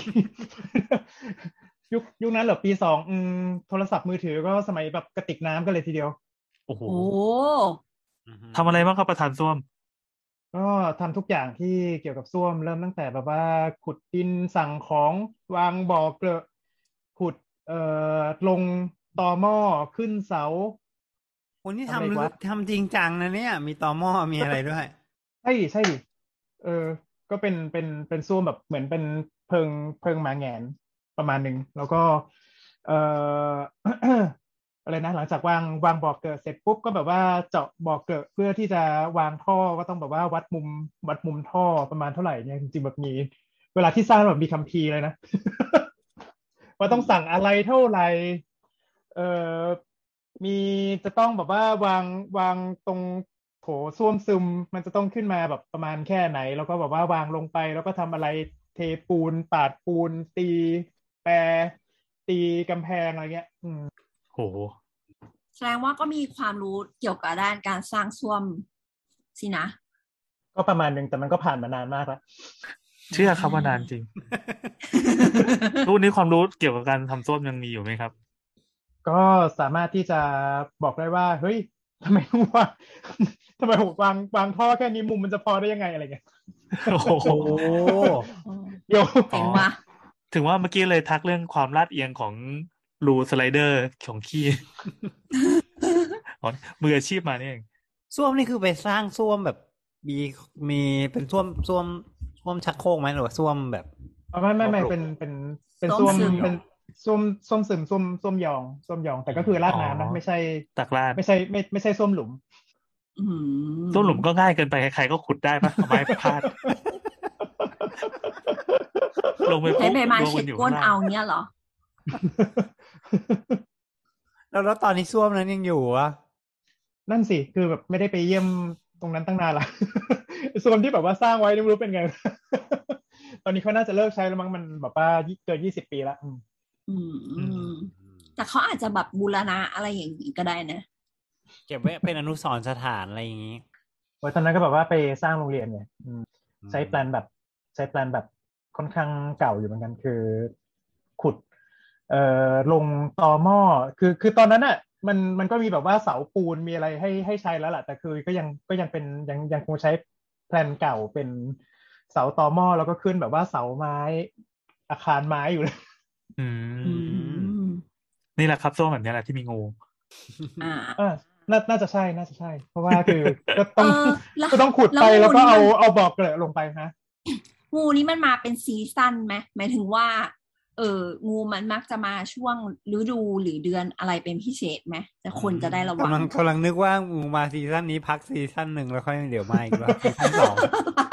ยุคนั้นเหรอปี2โทรศัพท์มือถือก็สมัยแบบกระติกน้ำกันเลยทีเดียวโอ้โหโอ้ทำอะไรบ้างครับประธานส้วมก็ทำทุกอย่างที่เกี่ยวกับส้วมเริ่มตั้งแต่แบบว่าขุดดินสั่งของวางบ่อเกลอะขุดลงตอหม้อขึ้นเสาคนที่ทำอะไรวะทำจริงจังนะเนี่ย มีตอหม้อมีอะไรด้วยใช่ดิก็เป็นส้วมแบบเหมือนเป็นเพิงหมาแหงนประมาณหนึ่งแล้วก็เอ่อ อะไรนะหลังจากวางบ่อเกิดเสร็จปุ๊บก็แบบว่าเจาะบ่อเกิดเพื่อที่จะวางท่อก็ต้องแบบว่าวัดมุมท่อประมาณเท่าไหร่เนี่ยจริงๆแบบมีเวลาที่สร้างแบบมีคัมภีร์เลยนะ ว่าต้องสั่งอะไรเท่าไหร่มีจะต้องแบบว่าวางตรงโถส้วมซึมมันจะต้องขึ้นมาแบบประมาณแค่ไหนแล้วก็แบบว่าวางลงไปแล้วก็ทำอะไรเทปูนปาดปูนตีแปรตีกำแพงอะไรเงี้ยโหแสดงว่าก็มีความรู้เกี่ยวกับด้านการสร้างส้วมสินะก็ประมาณนึงแต่มันก็ผ่านมานานมากแล้วเชื่อครับว่านานจริง รุ่นนี้ความรู้เกี่ยวกับการทำส้วมยังมีอยู่ไหมครับก็สามารถที่จะบอกได้ว่าเฮ้ยทำไมต้องวางทำไมวางท่อแค่นี้มุมมันจะพอได้ยังไงอะไรเงี้ยโอ้โหเดี๋ยวเจ๋งว่ะถึงว่าเมื่อกี้เลยทักเรื่องความลาดเอียงของรูสไลเดอร์ของขี้ อ๋อมืออาชีพมานี่เองส้วมนี่คือไปสร้างส้วมแบบมีเป็นส้วมชักโครกไหมหรือว่าส้วมแบบไม่เป็นส้วมเป็นส้วมซึมส้วมยองแต่ก็คือราดน้ำนะไม่ใช่ตักราดไม่ใช่ส้วมหลุมส้วมหลุมก็ง่ายเกินไปใครๆก็ขุดได้ปะเอาไม้พาด ลงไปใช้ปุ๊บใบไม้รวมเช็กัดนอยู่ก้นข้างล่าเอางเนี้ยเหรอแล้วตอนนี้ส้วมนั้นยังอยู่วะนั่นสิคือแบบไม่ได้ไปเยี่ยมตรงนั้นตั้งนานละ ส้วมที่แบบว่าสร้างไว้ไม่รู้เป็นไง ตอนนี้เขาน่าจะเลิกใช้แล้วมั้งมันแบบว่าเกิน20 ปีแล้วแต่เขาอาจจะแบบบูรณะอะไรอย่างนี้ก็ได้นะเก็บไว้เป็นอนุสรณ์สถานอะไรอย่างนี้ตอนนั้นก็แบบว่าไปสร้างโรงเรียนไงใช้แปลนแบบค่อนข้างเก่าอยู่เหมือนกันคือขุดลงตอหม้อคือตอนนั้นอ่ะมันก็มีแบบว่าเสาปูนมีอะไรให้ใช้แล้วแหละแต่คือก็ยังเป็นยังคงใช้แปลนเก่าเป็นเสาตอหม้อแล้วก็ขึ้นแบบว่าเสาไม้อาคารไม้อยู่เลยนี่แหละครับส้วมแบบนี้แหละที่มีงูนน่าจะใช่เพราะว่าคือก็ต้องแล้วก็ต้องขุดไปงูแล้วก็นี่มันเอาบ่อเกลอะลงไปฮะงูนี้มันมาเป็นซีซั่นไหมหมายถึงว่า งูมันมักจะมาช่วงฤดูหรือเดือนอะไรเป็นพิเศษไหมแต่คนจะได้ระวังกำลังนึกว่างูมาซีซั่นนี้พักซีซั่นหนึ่งแล้วค่อยเดี๋ยวมาอีกรอบซีซั่น 2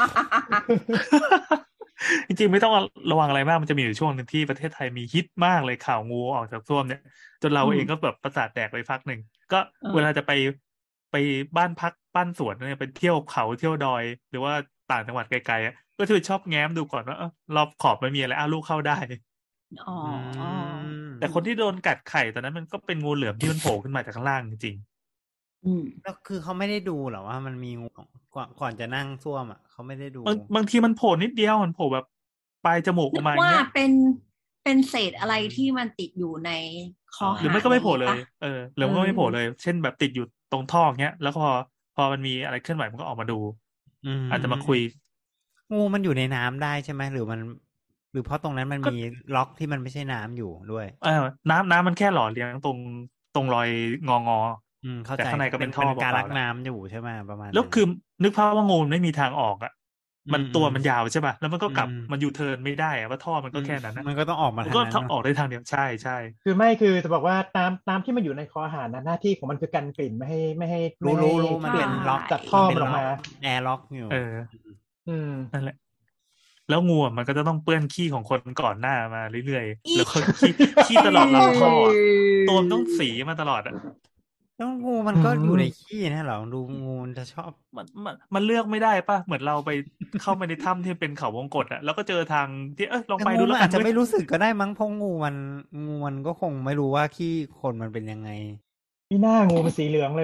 จริงๆไม่ต้องระวังอะไรมากมันจะมีอยู่ช่วงหนึ่งที่ประเทศไทยมีฮิตมากเลยข่าวงูออกจากส้วมเนี่ยจนเราเองก็แบบประสาทแดกไปพักหนึ่งก็เวลาจะไปบ้านพักบ้านสวนเนี่ยไปเที่ยวเขาเที่ยวดอย หรือว่าต่างจังหวัดไกลๆก็จะชอบแง้มดูก่อนว่ารอบขอบไม่มีอะไรลูกเข้าได้อ๋อแต่คนที่โดนกัดไข่ตอนนั้นมันก็เป็นงูเหลือมที่มันโผล่ขึ้นมาจากข้างล่างจริงแล้วคือเขาไม่ได้ดูหรอว่ามันมีงูก่อนจะนั่งส้วมอ่ะเขาไม่ได้ดูบางทีมันโผล่นิดเดียวมันโผล่แบบปลายจมูกออกมาอย่างว่าเงี้ยเป็นเศษอะไรที่มันติดอยู่ในคอหรือไม่ก็ไม่โผล่เลยหรือมันก็ไม่โผล่เลย เช่นแบบติดอยู่ตรงท่อเงี้ยแล้วพอมันมีอะไรเคลื่อนไหวมันก็ออกมาดูอาจจะมาคุยงูมันอยู่ในน้ำได้ใช่ไหมหรือเพราะตรงนั้นมันมีล็อกที่มันไม่ใช่น้ำอยู่ด้วยน้ำมันแค่หล่อเลี้ยงตรงรอยงอเข้าใจแต่ข้างในก็เป็นท่อการเปรัล่ากน้ำอยู่ใช่ไหมประมาณแล้วคือนึกภาพว่างูมันไม่มีทางออกอ่ะมันอืมตัวมันยาวใช่ป่ะแล้วมันก็กลับอืมมันยูเทิร์นไม่ได้อะว่าท่อมันก็แค่นั้นนะมันก็ต้องออกมามันทางก็นั้นออกได้ทางเดียวใช่คือจะบอกว่าน้ำที่มันอยู่ในคอหารนะหน้าที่ของมันคือกันกลิ่นไม่ให้รู้มันเป็นล็อกจากท่อมันออกมาแอร์ล็อกอยู่นั่นแหละแล้วงูมันก็จะต้องเปื้อนขี้ของคนก่อนหน้ามาเรื่อยๆแล้วก็ขี้ตลอดลำท่อตัวมันต้องสีมาตลอดอ่ะแล้วงูมันก็อยู่ในขี้นะเหรอดูงูมันจะชอบมันเลือกไม่ได้ป่ะเหมือนเราไปเข้าไปในถ้ำที่เป็นเขาวงกตอ่ะแล้วก็เจอทางที่ลองไปดูแล้วกันอาจจะไม่รู้สึกก็ได้มั้งเพราะงูมันก็คงไม่รู้ว่าขี้คนมันเป็นยังไงมีหน้างูเป็นสีเหลืองเลย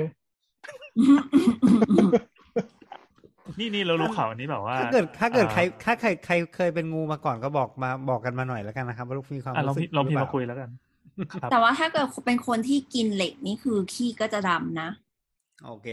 นี่เรารู้ข่าวอันนี้แบบว่าถ้าเกิดใครเคยเป็นงูมาก่อนก็บอกกันมาหน่อยแล้วกันนะครับว่าลูกมีความรู้สึกลองพิมพ์มาคุยแล้วกันแต่ว่าถ้าเกิดเป็นคนที่กินเหล็กนี่คือขี้ก็จะดำนะโอเค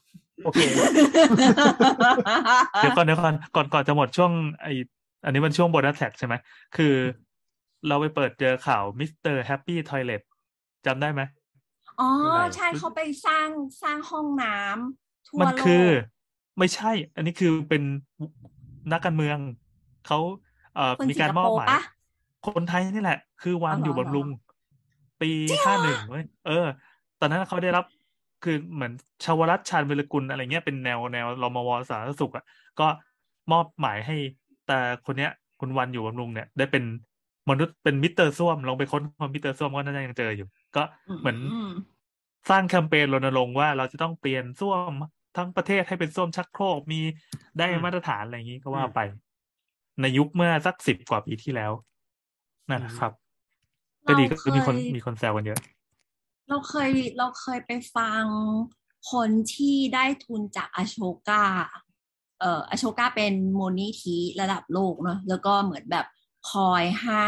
เดี๋ยวก่อนก่อนจะหมดช่วงอันนี้มันช่วงโบนัสแท็กใช่ไหมคือเราไปเปิดเจอข่าวมิสเตอร์แฮปปี้ทอยเลทจำได้ไหมอ๋อใช่เขาไปสร้างห้องน้ำทั่วโลกมันคือไม่ใช่อันนี้คือเป็นนักการเมืองเขามีการมอบหมายคนไทยนี่แหละคือวันอยู่บำรุงปี51เว้ยตอนนั้นเขาได้รับคือเหมือนชาวรัฐชาญวิรกุลอะไรเงี้ยเป็นแนวรมว.สาธารณสุขอ่ะก็มอบหมายให้แต่คนเนี้ยคุณวันอยู่บำรุงเนี่ยได้เป็นมนุษย์เป็นมิสเตอร์ส้วมลองไปค้นมิสเตอร์ส้วมก็น่าจะยังเจออยู่ก็เหมือนสร้างแคมเปญรณรงค์ว่าเราจะต้องเปลี่ยนส้วมทั้งประเทศให้เป็นส้วมชักโครกมีได้มาตรฐานอะไรอย่างนี้ก็ว่าไปในยุคเมื่อสัก10 กว่าปีที่แล้วนะครับก็ดีก็คือมีคนแซวกันเยอะเราเคยไปฟังคนที่ได้ทุนจากอโชกาอโชกาเป็นมูลนิธิระดับโลกเนาะแล้วก็เหมือนแบบคอยให้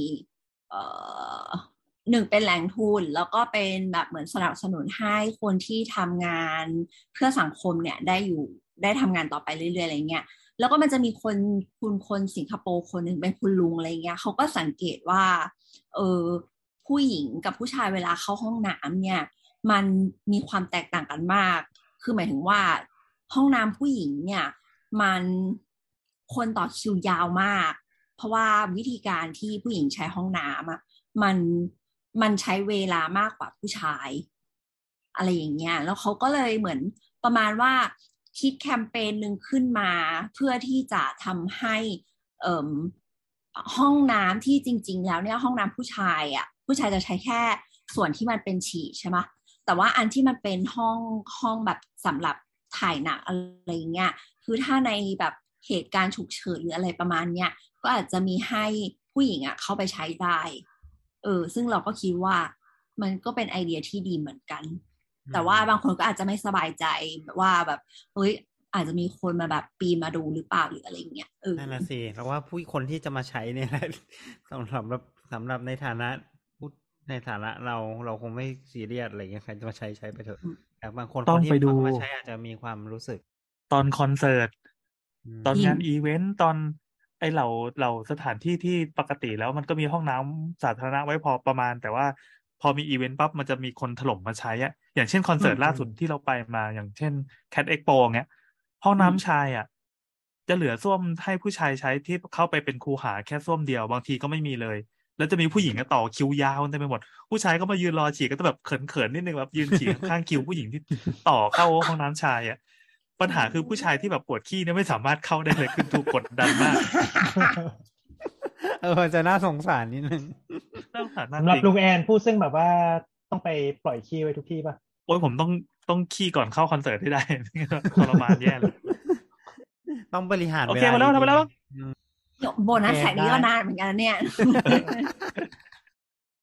หนึ่งเป็นแหล่งทุนแล้วก็เป็นแบบเหมือนสนับสนุนให้คนที่ทำงานเพื่อสังคมเนี่ยได้ทำงานต่อไปเรื่อยๆอะไรเงี้ยแล้วก็มันจะมีคนสิงคโปร์คนหนึ่งเป็นคุณลุงอะไรเงี้ยเขาก็สังเกตว่าผู้หญิงกับผู้ชายเวลาเข้าห้องน้ำเนี่ยมันมีความแตกต่างกันมากคือหมายถึงว่าห้องน้ำผู้หญิงเนี่ยมันคนต่อคิวยาวมากเพราะว่าวิธีการที่ผู้หญิงใช้ห้องน้ำอ่ะมันใช้เวลามากกว่าผู้ชายอะไรอย่างเงี้ยแล้วเขาก็เลยเหมือนประมาณว่าคิดแคมเปญหนึ่งขึ้นมาเพื่อที่จะทำให้ห้องน้ำที่จริงๆแล้วเนี่ยห้องน้ำผู้ชายอ่ะผู้ชายจะใช้แค่ส่วนที่มันเป็นฉี่ใช่ไหมแต่ว่าอันที่มันเป็นห้องแบบสำหรับถ่ายหนักอะไรเงี้ยคือถ้าในแบบเหตุการณ์ฉุกเฉินหรืออะไรประมาณเนี้ยก็อาจจะมีให้ผู้หญิงอ่ะเข้าไปใช้ได้ซึ่งเราก็คิดว่ามันก็เป็นไอเดียที่ดีเหมือนกันแต่ว่าบางคนก็อาจจะไม่สบายใจว่าแบบอาจจะมีคนมาแบบปีนมาดูหรือเปล่าหรืออะไรเงี้ยนั่นแหละสิเพราะว่าผู้คนที่จะมาใช้เนี่ยสำหรับในฐานะเราคงไม่ซีเรียสอะไรเงี้ยใครจะมาใช้ไปเถอะแต่บางคนต้องไปดูมาใช้อาจจะมีความรู้สึกตอนคอนเสิร์ตตอนงานอีเวนต์ตอนเหล่าสถานที่ที่ปกติแล้วมันก็มีห้องน้ำสาธารณะไว้พอประมาณแต่ว่าพอมีอีเวนต์ปั๊บมันจะมีคนถล่มมาใช้อะอย่างเช่นคอนเสิร์ตล่าสุดที่เราไปมาอย่างเช่น Cat Expo เงี้ยห้องน้ำชายอะจะเหลือส้วมให้ผู้ชายใช้ที่เข้าไปเป็นคูหาแค่ส้วมเดียวบางทีก็ไม่มีเลย แล้วจะมีผู้หญิงก็ต่อคิวยาวเต็มไปหมดผู้ชายก็มายืนรอฉี่ก็จะแบบเขินๆนิดนึงแบบยืนฉี่ข้างคิวผู้หญิงที่ต่อเข้าห้องน้ำชายอ่ะปัญหาคือผู้ชายที่แบบปวดขี้เนี่ยไม่สามารถเข้าได้เลยคือถูกกดดันมากจะน่าสงสารนิดนึงน่าสงสารมากสำหรับจริงลุงแอนผู้ซึ่งแบบว่าต้องไปปล่อยขี้ไว้ทุกที่ป่ะโอ้ยผมต้องขี้ก่อนเข้าคอนเสิร์ตให้ได้ ทรมานแย่เลยต้องบริหารโอเวเคลามาแล้วดีๆทำไปแล้วโบนัสแท็กนี้ก็นานเหมือนกันนะเนี่ย